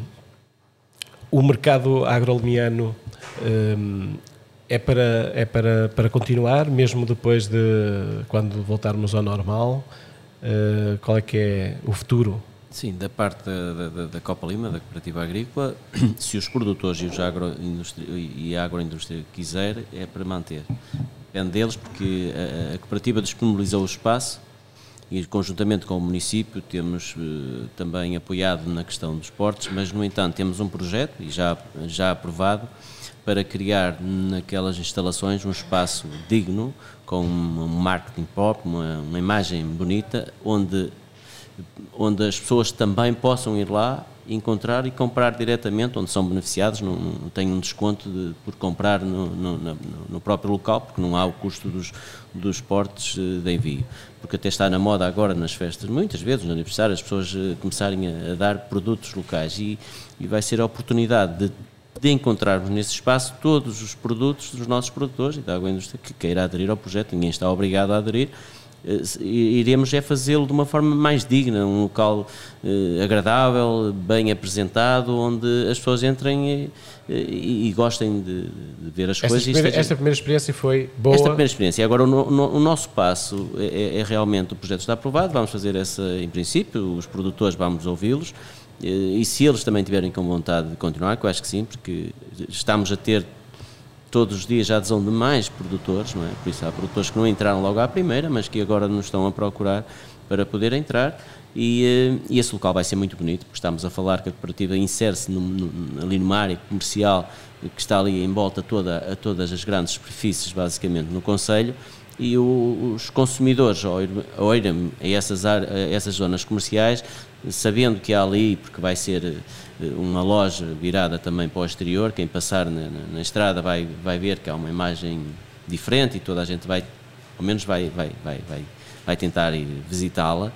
o mercado agrolimiano um, é, para, é para, para continuar, mesmo depois de, quando voltarmos ao normal, uh, qual é que é o futuro? Sim, da parte da, da, da Copa Lima, da Cooperativa Agrícola, se os produtores e, os agroindústria, e a agroindústria quiser, é para manter. Depende deles, porque a, a Cooperativa disponibilizou o espaço e, conjuntamente com o município, temos uh, também apoiado na questão dos portos, mas, no entanto, temos um projeto, e já, já aprovado, para criar naquelas instalações um espaço digno, com um marketing pop, uma, uma imagem bonita, onde onde as pessoas também possam ir lá, encontrar e comprar diretamente, onde são beneficiados, não, não têm um desconto de, por comprar no, no, no próprio local, porque não há o custo dos, dos portes de envio. Porque até está na moda agora nas festas, muitas vezes no aniversário, as pessoas começarem a, a dar produtos locais e, e vai ser a oportunidade de, de encontrarmos nesse espaço todos os produtos dos nossos produtores e da agroindústria que queira aderir ao projeto, ninguém está obrigado a aderir. Iremos é fazê-lo de uma forma mais digna, um local eh, agradável, bem apresentado, onde as pessoas entrem e, e, e gostem de, de ver as esta coisas. Primeira, esteja... Esta primeira experiência foi boa? Esta primeira experiência. Agora, o, no, o nosso passo é, é realmente, o projeto está aprovado, vamos fazer essa, em princípio, os produtores vamos ouvi-los, e se eles também tiverem com vontade de continuar, que eu acho que sim, porque estamos a ter todos os dias já adesão de mais produtores, não é? Por isso há produtores que não entraram logo à primeira, mas que agora nos estão a procurar para poder entrar e, e esse local vai ser muito bonito, porque estamos a falar que a cooperativa insere-se no, no, ali numa área comercial que está ali em volta toda, a todas as grandes superfícies, basicamente, no concelho, e o, os consumidores ao ir, ao ir a, essas, a essas zonas comerciais, sabendo que há ali, porque vai ser uma loja virada também para o exterior, quem passar na, na, na estrada vai, vai ver que há uma imagem diferente e toda a gente vai, ao menos vai, vai, vai, vai, vai tentar ir visitá-la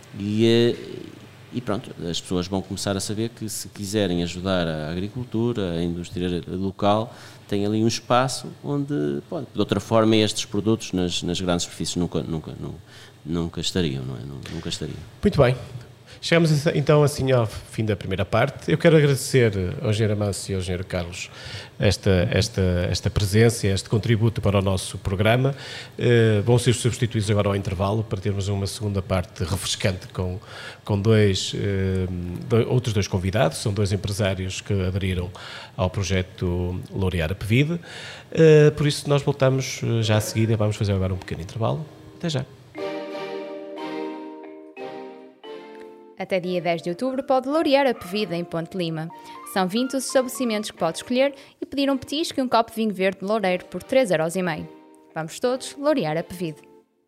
e, e pronto, as pessoas vão começar a saber que se quiserem ajudar a agricultura, a indústria local, tem ali um espaço onde, pode, de outra forma, estes produtos nas, nas grandes superfícies nunca, nunca, nunca, nunca estariam, não é? Nunca estariam. Muito bem. Chegamos então assim ao fim da primeira parte. Eu quero agradecer ao engenheiro Amâncio e ao engenheiro Carlos esta, esta, esta presença, este contributo para o nosso programa. Uh, vão ser substituídos agora ao intervalo para termos uma segunda parte refrescante com, com dois, uh, dois, outros dois convidados. São dois empresários que aderiram ao projeto Laurear a Pevide. Uh, por isso nós voltamos já a seguir e vamos fazer agora um pequeno intervalo. Até já. Até dia dez de outubro pode laurear a Pevide em Ponte Lima. São vinte os estabelecimentos que pode escolher e pedir um petisco e um copo de vinho verde de Loureiro por três euros e meio. Vamos todos laurear a Pevide.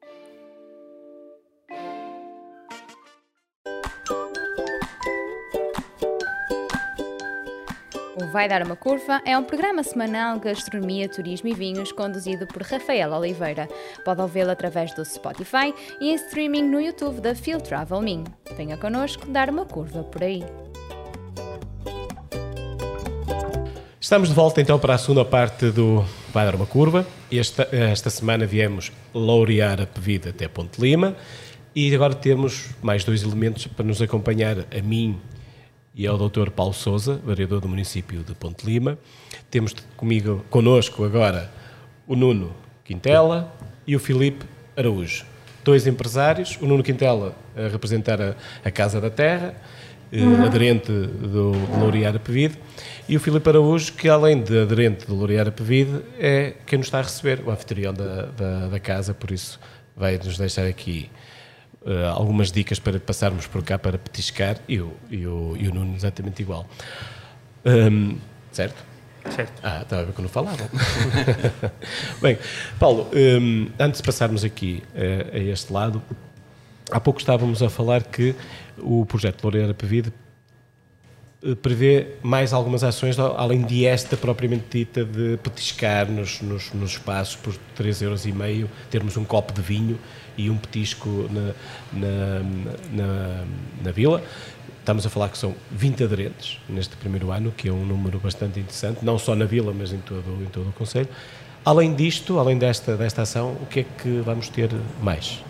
O Vai Dar Uma Curva é um programa semanal de gastronomia, turismo e vinhos conduzido por Rafael Oliveira. Pode ouvi-lo através do Spotify e em streaming no YouTube da Field Travel Minho. Venha connosco dar uma curva por aí. Estamos de volta então para a segunda parte do, vai dar uma curva. Esta, esta semana viemos laurear a Pevide até Ponte Lima e agora temos mais dois elementos para nos acompanhar, a mim e ao doutor Paulo Sousa, vereador do município de Ponte Lima. Temos comigo, connosco agora, o Nuno Quintela e o Filipe Araújo. Dois empresários, o Nuno Quintela a representar a, a Casa da Terra, eh, aderente do Laurear a Pevide, e o Filipe Araújo, que além de aderente do Laurear a Pevide, é quem nos está a receber, o anfitrião da, da, da casa, por isso vai-nos deixar aqui uh, algumas dicas para passarmos por cá para petiscar, e o, e o, e o Nuno exatamente igual. Um, certo? Certo. Ah, estava a ver quando falavam. Bem, Paulo, um, antes de passarmos aqui uh, a este lado, há pouco estávamos a falar que o projeto Laurear a Pevide uh, prevê mais algumas ações, além de esta propriamente dita de petiscar nos, nos, nos espaços por três euros e meio, termos um copo de vinho e um petisco na, na, na, na vila. Estamos a falar que são vinte aderentes neste primeiro ano, que é um número bastante interessante, não só na vila, mas em todo, em todo o concelho. Além disto, além desta, desta ação, o que é que vamos ter mais?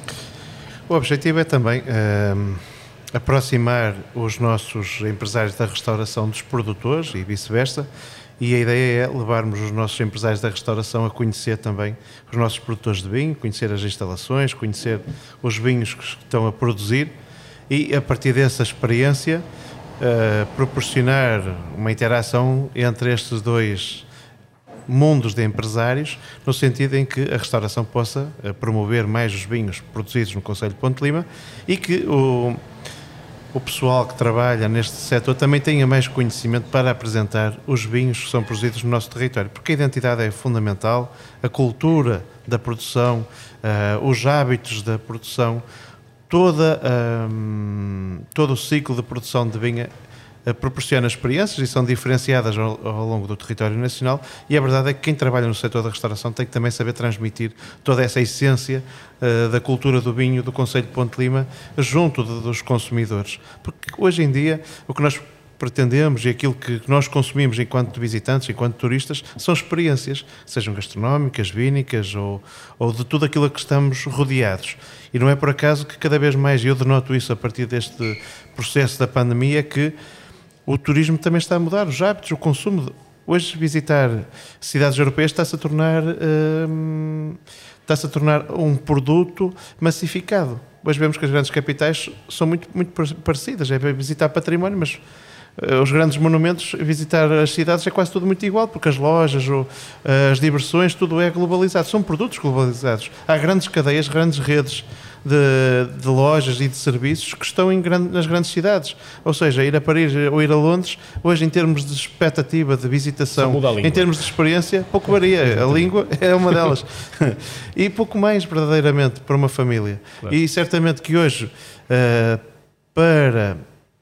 O objetivo é também uh, aproximar os nossos empresários da restauração dos produtores e vice-versa, e a ideia é levarmos os nossos empresários da restauração a conhecer também os nossos produtores de vinho, conhecer as instalações, conhecer os vinhos que estão a produzir, e a partir dessa experiência uh, proporcionar uma interação entre estes dois mundos de empresários, no sentido em que a restauração possa uh, promover mais os vinhos produzidos no concelho de Ponte Lima e que o, o pessoal que trabalha neste setor também tenha mais conhecimento para apresentar os vinhos que são produzidos no nosso território, porque a identidade é fundamental, a cultura da produção, uh, os hábitos da produção, Toda, um, todo o ciclo de produção de vinho uh, proporciona experiências e são diferenciadas ao, ao longo do território nacional, e a verdade é que quem trabalha no setor da restauração tem que também saber transmitir toda essa essência uh, da cultura do vinho do concelho de Ponte Lima junto de, dos consumidores. Porque hoje em dia o que nós pretendemos e aquilo que nós consumimos enquanto visitantes, enquanto turistas, são experiências, sejam gastronómicas, vínicas ou, ou de tudo aquilo a que estamos rodeados. E não é por acaso que cada vez mais, e eu denoto isso a partir deste processo da pandemia, que o turismo também está a mudar, os hábitos, o consumo. Hoje visitar cidades europeias está-se a tornar, hum, está-se a tornar um produto massificado. Hoje vemos que as grandes capitais são muito, muito parecidas, é visitar património, mas os grandes monumentos, visitar as cidades é quase tudo muito igual, porque as lojas, as diversões, tudo é globalizado, são produtos globalizados. Há grandes cadeias, grandes redes de, de lojas e de serviços que estão em grande, nas grandes cidades. Ou seja, ir a Paris ou ir a Londres, hoje em termos de expectativa, de visitação, em termos de experiência, pouco varia. A língua é uma delas. E pouco mais, verdadeiramente, para uma família. Claro. E certamente que hoje, uh, para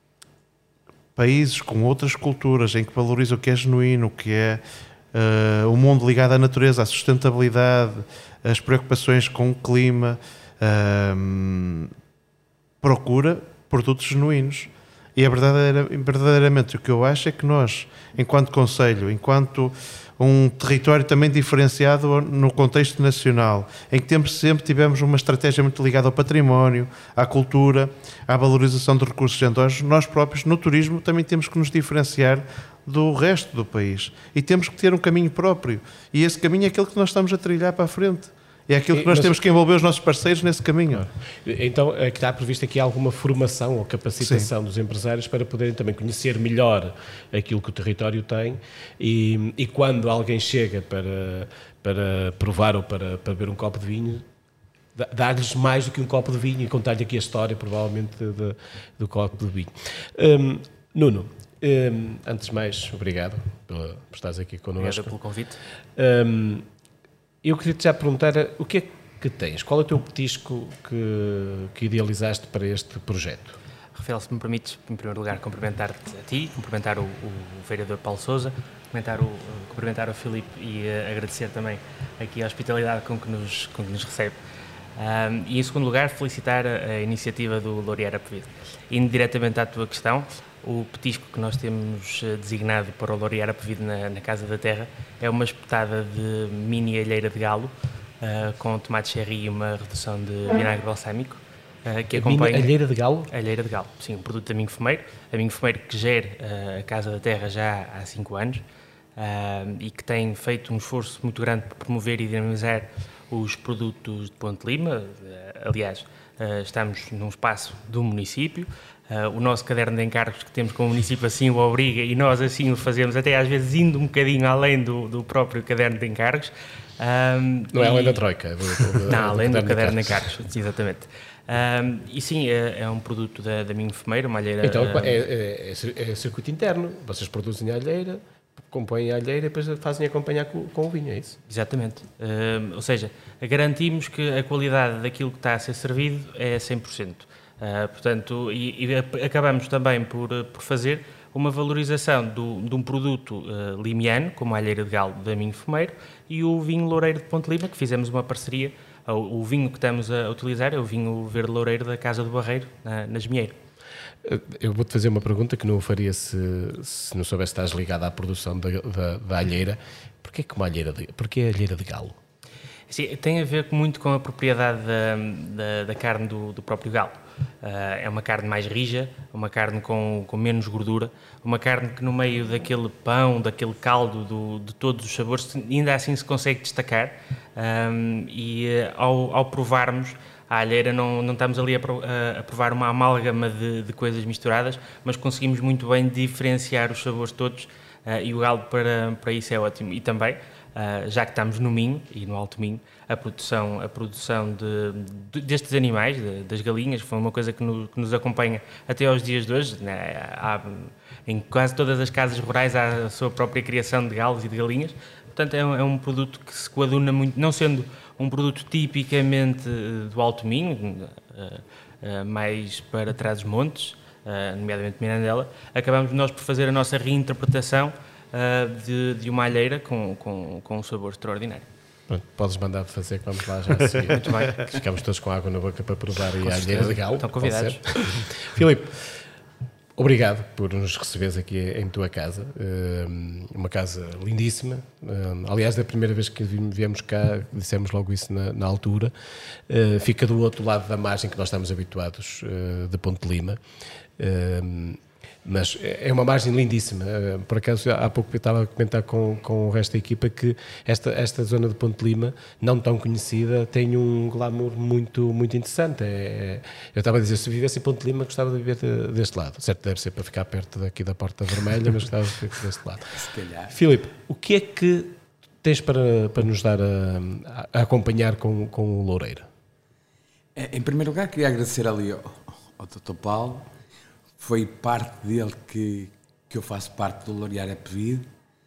países com outras culturas, em que valorizam o que é genuíno, o que é uh, o mundo ligado à natureza, à sustentabilidade, as preocupações com o clima, uh, procura produtos genuínos. E é verdadeira, verdadeiramente o que eu acho é que nós, enquanto concelho, enquanto um território também diferenciado no contexto nacional, em que temos, sempre tivemos uma estratégia muito ligada ao património, à cultura, à valorização dos recursos endógenos, nós próprios, no turismo, também temos que nos diferenciar do resto do país. E temos que ter um caminho próprio. E esse caminho é aquele que nós estamos a trilhar para a frente. É aquilo que nós Mas, temos que envolver os nossos parceiros nesse caminho. Então, é que está previsto aqui alguma formação ou capacitação Sim. dos empresários para poderem também conhecer melhor aquilo que o território tem e, e quando alguém chega para, para provar ou para, para beber um copo de vinho, dar-lhes mais do que um copo de vinho e contar-lhe aqui a história, provavelmente, de, de, do copo de vinho. Um, Nuno, um, antes de mais, obrigado por, por estares aqui connosco. Obrigado pelo convite. Um, Eu queria-te já perguntar o que é que tens, qual é o teu petisco que, que idealizaste para este projeto? Rafael, se me permites, em primeiro lugar, cumprimentar-te a ti, cumprimentar o, o vereador Paulo Sousa, cumprimentar o, cumprimentar o Filipe e uh, agradecer também aqui a hospitalidade com que nos, com que nos recebe. Um, e, em segundo lugar, felicitar a, a iniciativa do Laurear a Pevide. Indo diretamente à tua questão, o petisco que nós temos designado para o Laurear a Pevide na, na Casa da Terra é uma espetada de mini alheira de galo, uh, com tomate cherry e uma redução de vinagre balsâmico, uh, que a acompanha... Mini alheira de galo? Alheira de galo, sim, um produto da Minho Fumeiro. A Minho Fumeiro que gera uh, a Casa da Terra já há cinco anos uh, e que tem feito um esforço muito grande para promover e dinamizar os produtos de Ponte Lima. Uh, aliás, uh, estamos num espaço do município. Uh, o nosso caderno de encargos que temos com o município assim o obriga e nós assim o fazemos, até às vezes indo um bocadinho além do, do próprio caderno de encargos. Um, Não é e... além da troika? Do, do, do, Não, além do, do caderno de encargos, encargos, exatamente. Um, e sim, é, é um produto da, da Minho Fumeiro, uma alheira... Então uh, é, é, é circuito interno, vocês produzem a alheira, compõem a alheira e depois fazem acompanhar com, com o vinho, é isso? Exatamente. Uh, ou seja, garantimos que a qualidade daquilo que está a ser servido é cem por cento. Uh, portanto, e, e acabamos também por, por fazer uma valorização do, de um produto uh, limiano, como a alheira de galo da Minho Fumeiro, e o vinho loureiro de Ponte Lima, que fizemos uma parceria. O, o vinho que estamos a utilizar é o vinho verde loureiro da Casa do Barreiro, na, na Gemieiro. Eu vou-te fazer uma pergunta que não o faria se, se não soubesse que estás ligado à produção da, da, da alheira. Porquê que uma alheira de, porquê a alheira de galo? Sim, tem a ver muito com a propriedade da, da, da carne do, do próprio galo. Uh, é uma carne mais rija, uma carne com, com menos gordura, uma carne que no meio daquele pão, daquele caldo, do, de todos os sabores, ainda assim se consegue destacar. Um, e uh, ao, ao provarmos a alheira, não, não estamos ali a, a, a provar uma amálgama de, de coisas misturadas, mas conseguimos muito bem diferenciar os sabores todos, uh, e o galo para, para isso é ótimo. E também, Uh, já que estamos no Minho e no Alto Minho, a produção, a produção de, de, destes animais, de, das galinhas, foi uma coisa que, no, que nos acompanha até aos dias de hoje. Né? Há, em quase todas as casas rurais há a sua própria criação de galos e de galinhas. Portanto, é um, é um produto que se coaduna muito, não sendo um produto tipicamente do Alto Minho, uh, uh, mais para Trás-os-Montes, uh, nomeadamente Mirandela, acabamos nós por fazer a nossa reinterpretação Uh, de, de uma alheira com, com, com um sabor extraordinário. Pronto, podes mandar fazer que vamos lá já a seguir. Muito bem. Ficamos todos com água na boca para provar e a alheira de galo. Estão convidados. Filipe, obrigado por nos receberes aqui em tua casa. Uh, uma casa lindíssima. Uh, aliás, da primeira vez que viemos cá, dissemos logo isso na, na altura. Uh, fica do outro lado da margem que nós estamos habituados, uh, de Ponte Lima. Uh, Mas é uma margem lindíssima. Por acaso, há pouco eu estava a comentar com, com o resto da equipa que esta, esta zona de Ponte Lima, não tão conhecida, tem um glamour muito, muito interessante. É, eu estava a dizer, se vivesse em Ponte Lima, gostava de viver de, deste lado. Certo, deve ser para ficar perto daqui da Porta Vermelha, mas gostava de viver deste lado. Se calhar. Filipe, o que é que tens para, para nos dar a, a acompanhar com, com o Loureiro? Em primeiro lugar, queria agradecer ali ao, ao doutor Paulo. Foi parte dele que, que eu faço parte do Laurear a Pevide,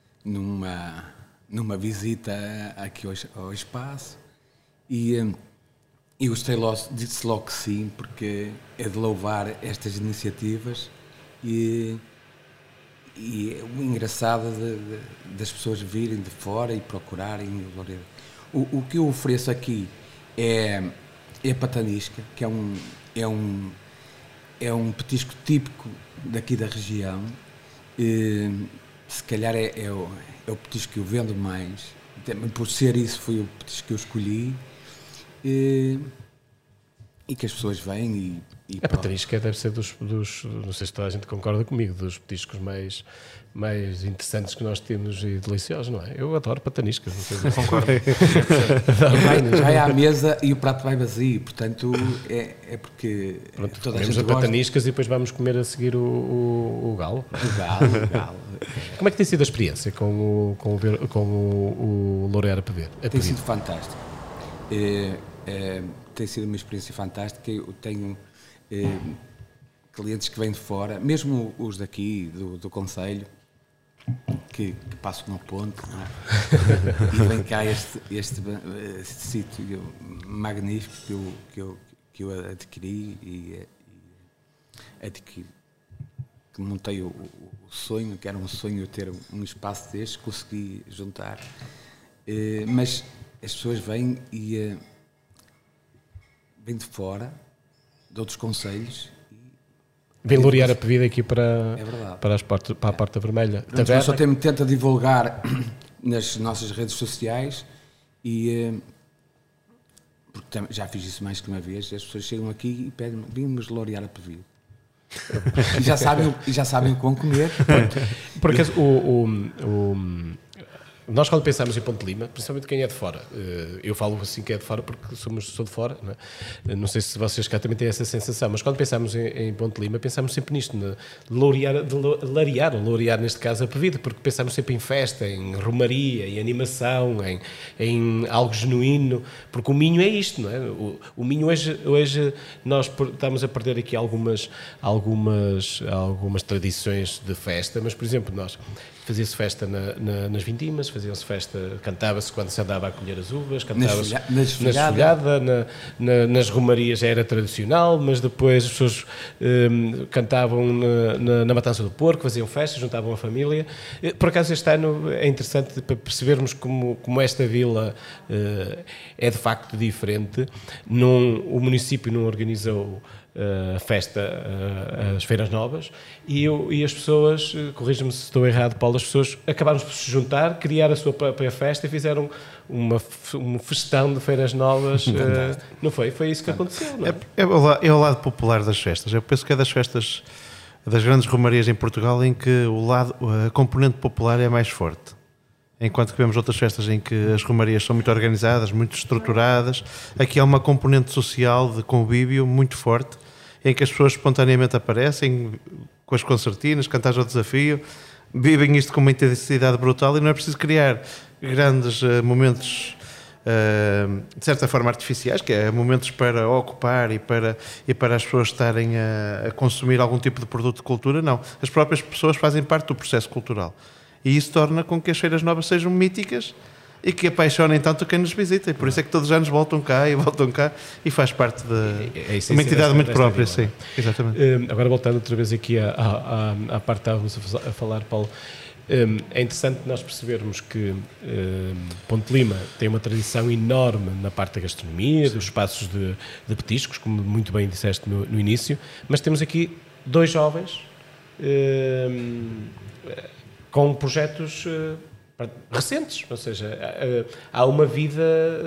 numa, numa visita aqui ao, ao espaço, e eu gostei logo, disse logo que sim, porque é de louvar estas iniciativas, e, e o engraçado de, de, das pessoas virem de fora e procurarem o Laurear. O, o que eu ofereço aqui é, é a patanisca, que é um... É um É um petisco típico daqui da região. E, se calhar é, é, o, é o petisco que eu vendo mais. Por ser isso, foi o petisco que eu escolhi. E, e que as pessoas vêm e... e a patanisca deve ser dos, dos... Não sei se toda a gente concorda comigo, dos petiscos mais, mais interessantes que nós temos e deliciosos, não é? Eu adoro pataniscas. Não sei se concordo. vai, vai à mesa e o prato vai vazio. Portanto, é, é porque... Pronto, toda comemos a, gente a pataniscas gosta. E depois vamos comer a seguir o, o, o galo. O galo, o galo. Como é que tem sido a experiência com o, com o, com o, o Laurear a Pevide? Tem sido fantástico. É, é, tem sido uma experiência fantástica. Eu tenho é, clientes que vêm de fora, mesmo os daqui, do, do concelho, que, que passam no ponto, não é? E vem cá este, este, este sítio magnífico que eu, que eu, que eu adquiri e, e adquiri, que montei o, o sonho, que era um sonho ter um espaço deste, consegui juntar. É, mas as pessoas vêm e uh, vêm de fora, de outros concelhos, e Vem laurear a bebida aqui para, É para, as porta, para a Porta Vermelha. Pronto, nós só temos, tenta divulgar nas nossas redes sociais e porque tam, já fiz isso mais que uma vez, as pessoas chegam aqui e pedem, vimos laurear a bebida. E já sabem, e já sabem o que vão comer. Porque o, o, o, nós quando pensamos em Ponte Lima, principalmente quem é de fora, eu falo assim que é de fora porque somos, sou de fora, não é? Não sei se vocês cá também têm essa sensação, mas quando pensamos em, em Ponte Lima, pensamos sempre nisto, de laurear, de larear, ou laurear neste caso a bebida, porque pensamos sempre em festa, em romaria, em animação, em, em algo genuíno, porque o Minho é isto, não é? O, o Minho hoje, hoje nós estamos a perder aqui algumas, algumas, algumas tradições de festa, mas por exemplo nós fazia-se festa na, na, nas vindimas, fazia-se festa, cantava-se quando se andava a colher as uvas, cantava-se na esfolhada, na, na, nas romarias já era tradicional, mas depois as pessoas um, cantavam na, na, na matança do porco, faziam festas, juntavam a família. Por acaso este ano é interessante para percebermos como, como esta vila uh, é de facto diferente. Num, o município não organizou a festa, as feiras novas, e, eu, e as pessoas, corrija-me se estou errado, Paulo, as pessoas acabaram por se juntar, criar a sua própria festa e fizeram uma, um festão de feiras novas. Não foi? Foi isso que aconteceu, não é? É, é, o lado, é o lado popular das festas. Eu penso que é das festas, das grandes romarias em Portugal, em que o lado, a componente popular é mais forte. Enquanto que vemos outras festas em que as romarias são muito organizadas, muito estruturadas, aqui há uma componente social de convívio muito forte, em que as pessoas espontaneamente aparecem com as concertinas, cantares ao desafio, vivem isto com uma intensidade brutal e não é preciso criar grandes uh, momentos, uh, de certa forma, artificiais, que é momentos para ocupar e para, e para as pessoas estarem a, a consumir algum tipo de produto de cultura. Não, as próprias pessoas fazem parte do processo cultural. E isso torna com que as feiras novas sejam míticas e que apaixonem tanto quem nos visita. E por isso é que todos os anos voltam cá e voltam cá e faz parte de é, é uma entidade desta, muito própria. Sim, exatamente. Um, agora voltando outra vez aqui à, à, à parte que estávamos a falar, Paulo, um, é interessante nós percebermos que um, Ponte Lima tem uma tradição enorme na parte da gastronomia, sim, dos espaços de, de petiscos, como muito bem disseste no, no início, mas temos aqui dois jovens um, com projetos uh, recentes, ou seja, uh, há uma vida,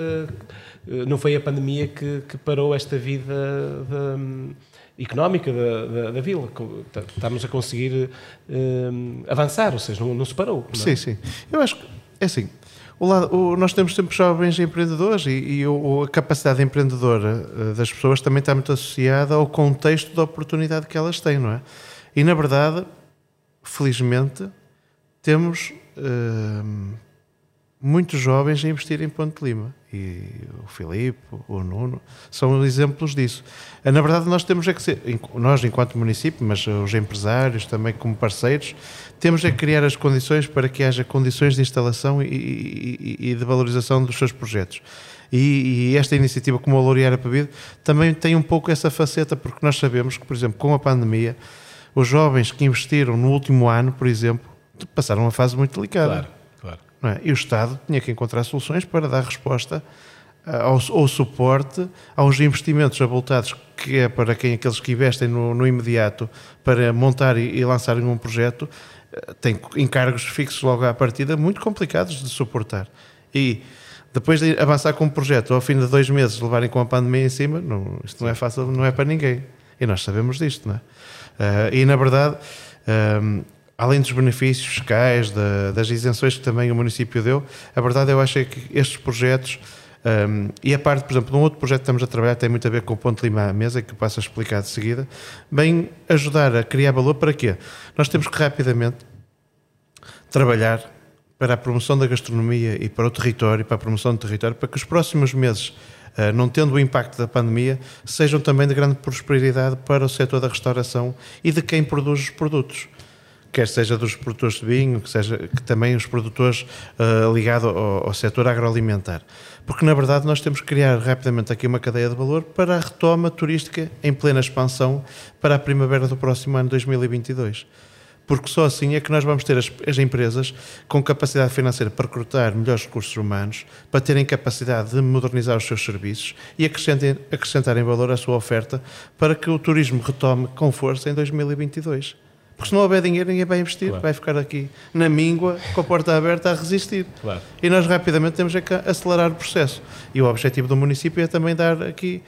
uh, não foi a pandemia que, que parou esta vida de, um, económica da, da, da vila, estamos a conseguir uh, avançar, ou seja, não, não se parou. Não é? Sim, sim, eu acho que, é assim, o lado, o, nós temos sempre jovens empreendedores e, e o, a capacidade empreendedora uh, das pessoas também está muito associada ao contexto da oportunidade que elas têm, não é? E na verdade, felizmente, temos uh, muitos jovens a investir em Ponte Lima e o Filipe, o Nuno, são exemplos disso. Na verdade nós temos é que ser, nós enquanto município, mas os empresários também como parceiros, temos é que criar as condições para que haja condições de instalação e, e, e de valorização dos seus projetos. E, e esta iniciativa como a Laurear a Bebida também tem um pouco essa faceta, porque nós sabemos que, por exemplo, com a pandemia, os jovens que investiram no último ano, por exemplo, passaram uma fase muito delicada. Claro, claro. Não é? E o Estado tinha que encontrar soluções para dar resposta ao, ao suporte aos investimentos avultados, que é para quem aqueles que investem no, no imediato para montar e, e lançarem um projeto, têm encargos fixos logo à partida muito complicados de suportar. E depois de avançar com um projeto, ao fim de dois meses levarem com a pandemia em cima, não, isto não é fácil, não é para ninguém. E nós sabemos disto, não é? Uh, e na verdade... Um, além dos benefícios fiscais, da, das isenções que também o município deu, a verdade eu acho é que estes projetos, um, e a parte, por exemplo, de um outro projeto que estamos a trabalhar, tem muito a ver com o Ponte Lima à Mesa, que eu passo a explicar de seguida, bem ajudar a criar valor para quê? Nós temos que rapidamente trabalhar para a promoção da gastronomia e para o território, para a promoção do território, para que os próximos meses, uh, não tendo o impacto da pandemia, sejam também de grande prosperidade para o setor da restauração e de quem produz os produtos. Quer seja dos produtores de vinho, que seja que também os produtores uh, ligados ao, ao setor agroalimentar. Porque, na verdade, nós temos que criar rapidamente aqui uma cadeia de valor para a retoma turística em plena expansão para a primavera do próximo ano, dois mil e vinte e dois. porque só assim é que nós vamos ter as, as empresas com capacidade financeira para recrutar melhores recursos humanos, para terem capacidade de modernizar os seus serviços e acrescentarem, acrescentarem valor à sua oferta para que o turismo retome com força em dois mil e vinte e dois. Porque se não houver dinheiro, ninguém vai investir, claro. Vai ficar aqui na míngua, com a porta aberta a resistir. Claro. E nós rapidamente temos é que acelerar o processo. E o objetivo do município é também dar aqui,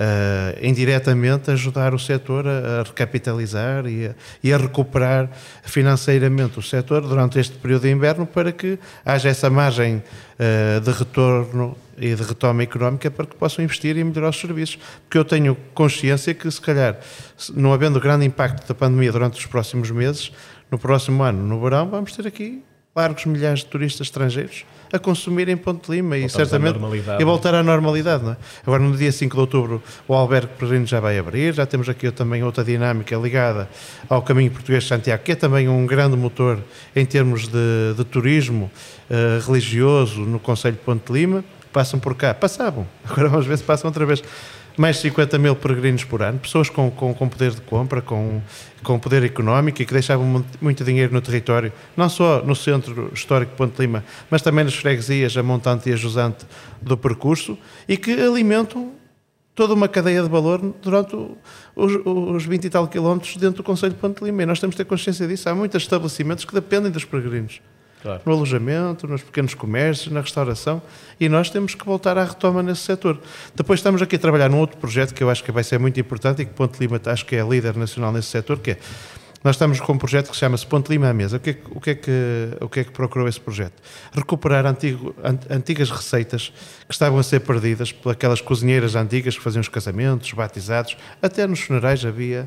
uh, indiretamente, ajudar o setor a, a recapitalizar e a, e a recuperar financeiramente o setor durante este período de inverno para que haja essa margem uh, de retorno e de retoma económica para que possam investir e melhorar os serviços. Porque eu tenho consciência que, se calhar, não havendo grande impacto da pandemia durante os próximos meses, no próximo ano, no verão, vamos ter aqui largos milhares de turistas estrangeiros a consumir em Ponte de Lima e certamente e voltar à normalidade. Não é? Agora, no dia cinco de outubro, o Albergue Peregrino já vai abrir, já temos aqui também outra dinâmica ligada ao Caminho Português de Santiago, que é também um grande motor em termos de, de turismo uh, religioso no concelho de Ponte de Lima. Passam por cá, passavam, agora vamos ver se passam outra vez. Mais de cinquenta mil peregrinos por ano, pessoas com, com, com poder de compra, com, com poder económico e que deixavam muito dinheiro no território, não só no centro histórico de Ponte de Lima, mas também nas freguesias, a montante e a jusante do percurso, e que alimentam toda uma cadeia de valor durante o, os, os vinte e tal quilómetros dentro do concelho de Ponte de Lima. E nós temos de ter consciência disso. Há muitos estabelecimentos que dependem dos peregrinos. Claro. No alojamento, nos pequenos comércios, na restauração, e nós temos que voltar à retoma nesse setor. Depois estamos aqui a trabalhar num outro projeto que eu acho que vai ser muito importante e que Ponte de Lima acho que é líder nacional nesse setor, que é, nós estamos com um projeto que se chama-se Ponte de Lima à Mesa. O que é que, o que, é que, o que, é que procurou esse projeto? Recuperar antigo, antigas receitas que estavam a ser perdidas por aquelas cozinheiras antigas que faziam os casamentos, batizados, até nos funerais havia,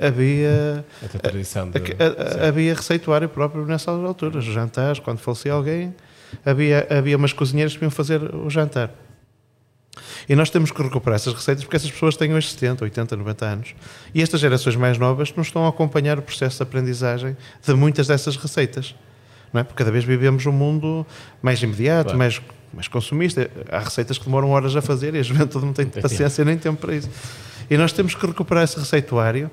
havia, a tradição de... a, a, havia receituário próprio nessas alturas, jantares, quando falecia alguém, havia, havia umas cozinheiras que iam fazer o jantar. E nós temos que recuperar essas receitas porque essas pessoas têm hoje setenta, oitenta, noventa anos. E estas gerações mais novas não estão a acompanhar o processo de aprendizagem de muitas dessas receitas. Não é? Porque cada vez vivemos um mundo mais imediato, claro. mais, mais consumista. Há receitas que demoram horas a fazer e a juventude não tem paciência nem tempo para isso. E nós temos que recuperar esse receituário,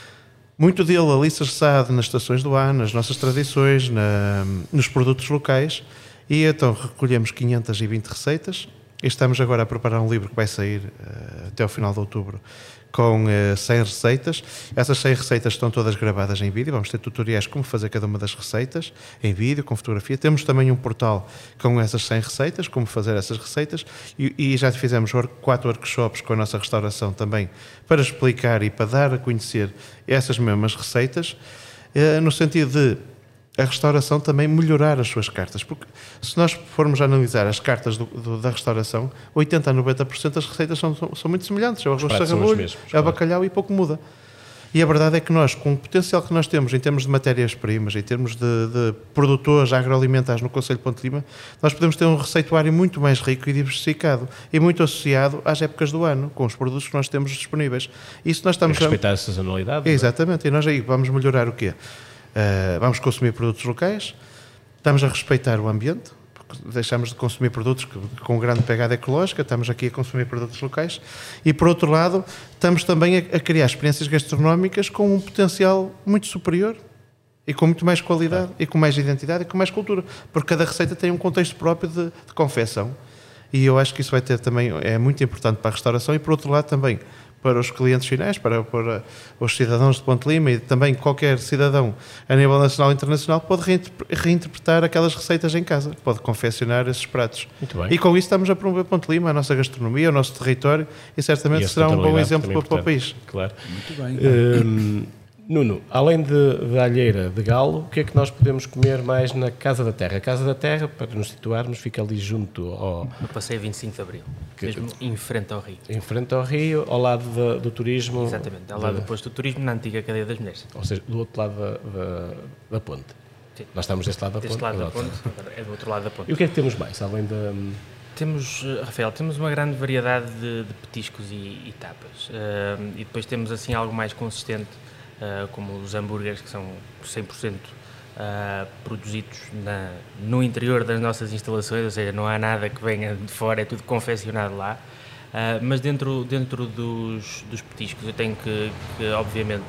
muito dele ali cerçado nas estações do ano, nas nossas tradições, na, nos produtos locais. E então recolhemos quinhentas e vinte receitas. E estamos agora a preparar um livro que vai sair uh, até ao final de outubro com uh, cem receitas. Essas cem receitas estão todas gravadas em vídeo. Vamos ter tutoriais como fazer cada uma das receitas em vídeo, com fotografia. Temos também um portal com essas cem receitas, como fazer essas receitas. E, e já fizemos quatro workshops com a nossa restauração também para explicar e para dar a conhecer essas mesmas receitas, uh, no sentido de a restauração também melhorar as suas cartas, porque se nós formos analisar as cartas do, do, da restauração, oitenta a noventa por cento das receitas são, são muito semelhantes, é o arroz de sarrabulho, é o bacalhau e pouco muda. E a verdade é que nós, com o potencial que nós temos em termos de matérias-primas, em termos de, de produtores agroalimentares no concelho de Ponte de Lima, nós podemos ter um receituário muito mais rico e diversificado e muito associado às épocas do ano, com os produtos que nós temos disponíveis. Isso nós estamos e respeitar a sazonalidade. Exatamente, e nós aí vamos melhorar o quê? Uh, vamos consumir produtos locais, estamos a respeitar o ambiente, porque deixamos de consumir produtos que, com grande pegada ecológica, estamos aqui a consumir produtos locais e, por outro lado, estamos também a, a criar experiências gastronómicas com um potencial muito superior e com muito mais qualidade, ah. e com mais identidade e com mais cultura, porque cada receita tem um contexto próprio de, de confecção, e eu acho que isso vai ter também, é muito importante para a restauração e, por outro lado, também para os clientes finais, para, para os cidadãos de Ponte de Lima e também qualquer cidadão a nível nacional e internacional pode reinterpretar aquelas receitas em casa, pode confeccionar esses pratos. Muito bem. E com isso estamos a promover Ponte de Lima, a nossa gastronomia, o nosso território e certamente e será um bom exemplo para, para o país. Claro. Muito bem. Um, Nuno, além de, de alheira de galo, o que é que nós podemos comer mais na Casa da Terra? A Casa da Terra, para nos situarmos, fica ali junto ao... No Passeio vinte e cinco de Abril, que, mesmo em frente ao Rio. Em frente ao Rio, ao lado de, do turismo... Exatamente, ao lado de... do posto do turismo, na antiga cadeia das mulheres. Ou seja, do outro lado da, da, da ponte. Sim. Nós estamos deste lado da deste ponte. Lado da ponte, é do outro lado da ponte. E o que é que temos mais, além da... Temos, Rafael, temos uma grande variedade de, de petiscos e, e tapas. Uh, e depois temos assim algo mais consistente, Uh, como os hambúrgueres, que são cem por cento uh, produzidos na, no interior das nossas instalações, ou seja, não há nada que venha de fora, é tudo confeccionado lá. Uh, mas dentro, dentro dos, dos petiscos eu tenho que, que obviamente,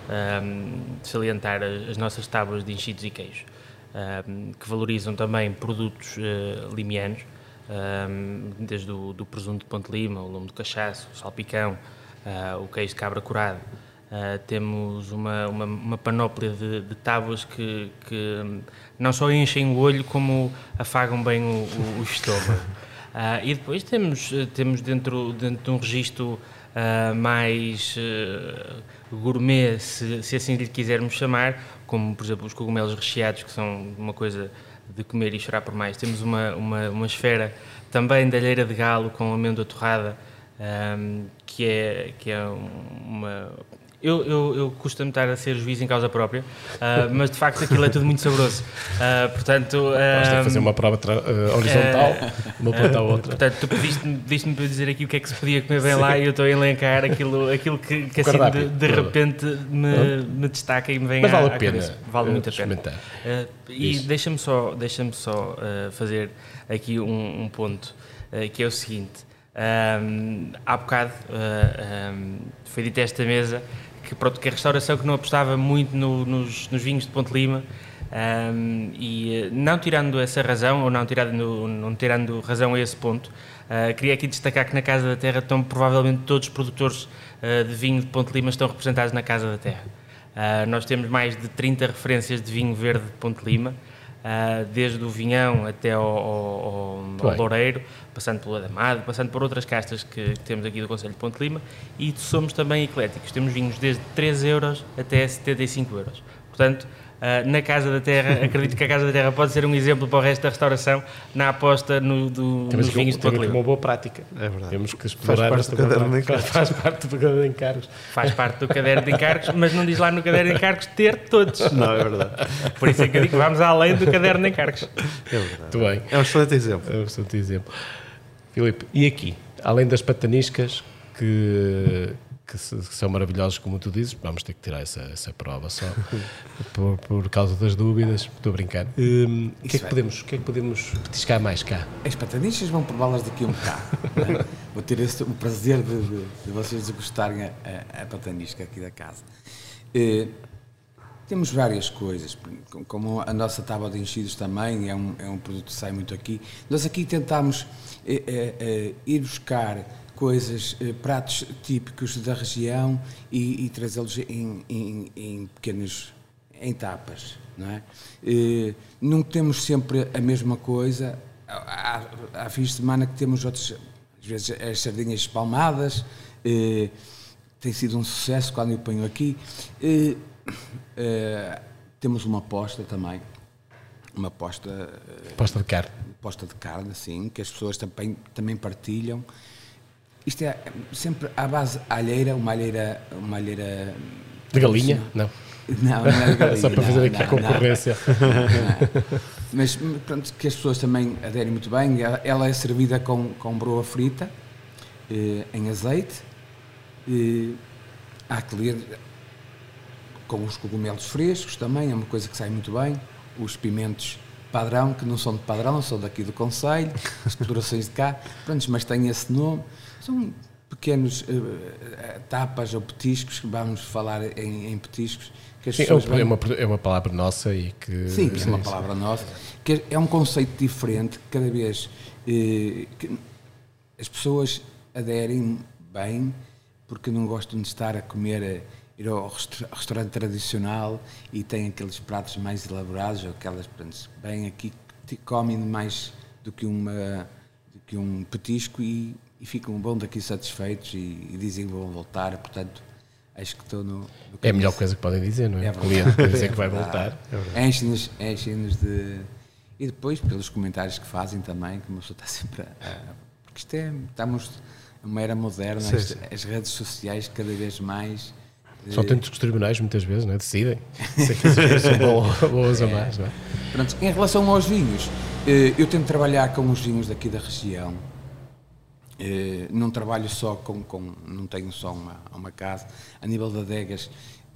um, salientar as nossas tábuas de enchidos e queijos, um, que valorizam também produtos uh, limianos, um, desde o do presunto de Ponte Lima, o lombo de cachaço, o salpicão, uh, o queijo de cabra curado. Uh, temos uma, uma, uma panóplia de, de tábuas que, que não só enchem o olho, como afagam bem o, o, o estômago. Uh, e depois temos, temos dentro, dentro de um registro uh, mais uh, gourmet, se, se assim lhe quisermos chamar, como por exemplo os cogumelos recheados, que são uma coisa de comer e chorar por mais. Temos uma, uma, uma esfera também de alheira de galo com amêndoa torrada, um, que é, que é uma... Eu, eu, eu costumo estar a ser juiz em causa própria, uh, mas de facto aquilo é tudo muito saboroso. Uh, portanto, uh, Vamos ter que fazer uma prova uh, horizontal, uh, uma planta a outra. Portanto, tu pediste-me pediste para dizer aqui o que é que se podia comer bem lá e eu estou a elencar aquilo, aquilo que, que assim de, de repente me, me destaca e me vem mas à, vale a à pena. cabeça. Vale uh, muito a pena. Uh, e deixa-me só, deixa-me só uh, fazer aqui um, um ponto, uh, que é o seguinte. Um, há bocado uh, um, foi dito esta mesa que, pronto, que a restauração que não apostava muito no, nos, nos vinhos de Ponte Lima, um, e não tirando essa razão, ou não tirando, não tirando razão a esse ponto, uh, queria aqui destacar que na Casa da Terra estão provavelmente todos os produtores uh, de vinho de Ponte Lima estão representados na Casa da Terra. Uh, nós temos mais de trinta referências de vinho verde de Ponte Lima, Uh, desde o Vinhão até ao, ao, ao Loureiro, passando pelo Adamado, passando por outras castas que, que temos aqui do Concelho de Ponte Lima, e somos também ecléticos. Temos vinhos desde três euros até setenta e cinco euros. Portanto, uh, na Casa da Terra, acredito que a Casa da Terra pode ser um exemplo para o resto da restauração na aposta no, do, nos vinhos de Ponte Lima. Temos uma boa prática. É verdade. Temos que explorar faz esta parte do caderno de encargos. Faz parte do caderno de encargos. Faz parte do caderno de encargos, mas não diz lá no caderno de encargos ter todos. Não, é verdade. Por isso é que eu digo que vamos além do caderno de encargos. É verdade. Muito bem. É um excelente exemplo. É um excelente exemplo. Filipe, e aqui, além das pataniscas, que, que, se, que são maravilhosas, como tu dizes, vamos ter que tirar essa, essa prova só, por, por causa das dúvidas, estou a brincar. Um, o, que é que podemos, o que é que podemos petiscar mais cá? As patanistas vão prová-las daqui a um bocado. Né? Vou ter esse, o prazer de, de, de vocês degustarem a, a, a patanisca aqui da casa. Eh, temos várias coisas, como a nossa tábua de enchidos também é um, é um produto que sai muito aqui. Nós aqui tentamos eh, eh, ir buscar coisas, eh, pratos típicos da região e, e trazê-los em, em, em pequenos, em tapas, não é? Eh, não temos sempre a mesma coisa. Há, há fins de semana que temos outros, às vezes as sardinhas espalmadas, eh, tem sido um sucesso quando eu ponho aqui. Eh, eh, temos uma aposta também, uma aposta... Aposta de carne. Aposta de carne, sim, que as pessoas também, também partilham. Isto é sempre à base alheira, uma alheira... Uma alheira de galinha? Não. Não, não é de galinha. Só para fazer não, aqui não, a concorrência. Não, não. Mas pronto, que as pessoas também aderem muito bem. Ela é servida com, com broa frita, eh, em azeite. Eh, há clientes com os cogumelos frescos também, é uma coisa que sai muito bem. Os pimentos padrão, que não são de padrão, são daqui do Concelho, explorações de cá, pronto, mas têm esse nome. São pequenos uh, tapas ou petiscos, que vamos falar em, em petiscos. Que as sim, pessoas é, vêm... uma, é uma palavra nossa e que... Sim, que é uma palavra nossa, que é um conceito diferente, que cada vez eh, que as pessoas aderem bem, porque não gostam de estar a comer, ir ao restaurante tradicional e têm aqueles pratos mais elaborados, ou aquelas, pronto, bem aqui, comem mais do que, uma, do que um petisco e, e ficam bom daqui satisfeitos e, e dizem que vão voltar, portanto, acho que estou no... no é a melhor coisa que podem dizer, não é? É o cliente pode dizer é que vai voltar. É Enchem-nos enchem de... E depois, pelos comentários que fazem também, que uma pessoa está sempre a... Porque isto é... Estamos numa era moderna, sim, as, sim. as redes sociais cada vez mais... Só tantos os tribunais, muitas vezes, não é? Decidem. Sei que as são boas ou mais, não é? Pronto, em relação aos vinhos, eu tento trabalhar com os vinhos daqui da região. Não trabalho só com... com não tenho só uma, uma casa. A nível de adegas,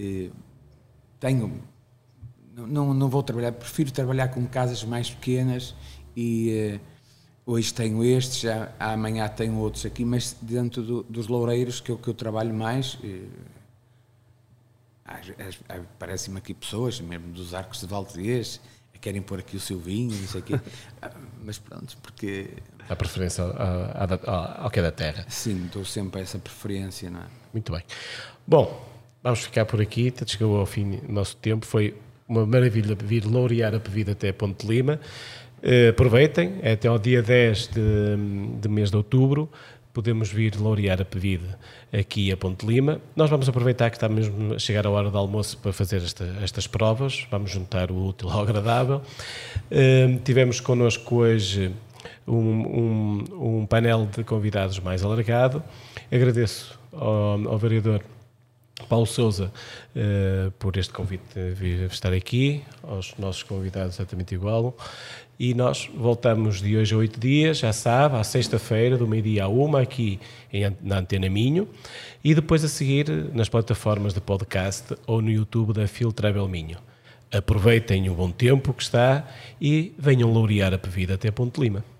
tenho... Não, não vou trabalhar, prefiro trabalhar com casas mais pequenas e... Hoje tenho estes, já, amanhã tenho outros aqui, mas dentro do, dos loureiros, que é o que eu trabalho mais... Aparecem-me aqui pessoas, mesmo dos Arcos de Valdez, querem pôr aqui o seu vinho, não sei o quê. Mas pronto, porque... A preferência ao, ao, ao que é da terra. Sim, dou sempre essa preferência, não é? Muito bem. Bom, vamos ficar por aqui, chegou ao fim do nosso tempo, foi uma maravilha vir laurear a Pevide até Ponte de Lima. Uh, aproveitem, é até ao dia dez de, de mês de outubro, podemos vir laurear a Pevide aqui a Ponte de Lima. Nós vamos aproveitar que está mesmo a chegar a hora do almoço para fazer esta, estas provas, vamos juntar o útil ao agradável. Uh, tivemos connosco hoje um, um, um painel de convidados mais alargado. Agradeço ao, ao vereador Paulo Sousa uh, por este convite de vir estar aqui, aos nossos convidados exatamente igual. E nós voltamos de hoje a oito dias, já sabe, à sexta-feira, do meio-dia à uma, aqui em, na Antena Minho, e depois a seguir nas plataformas de podcast ou no YouTube da Field Travel Minho. Aproveitem o bom tempo que está e venham laurear a Pevide até Ponte de Lima.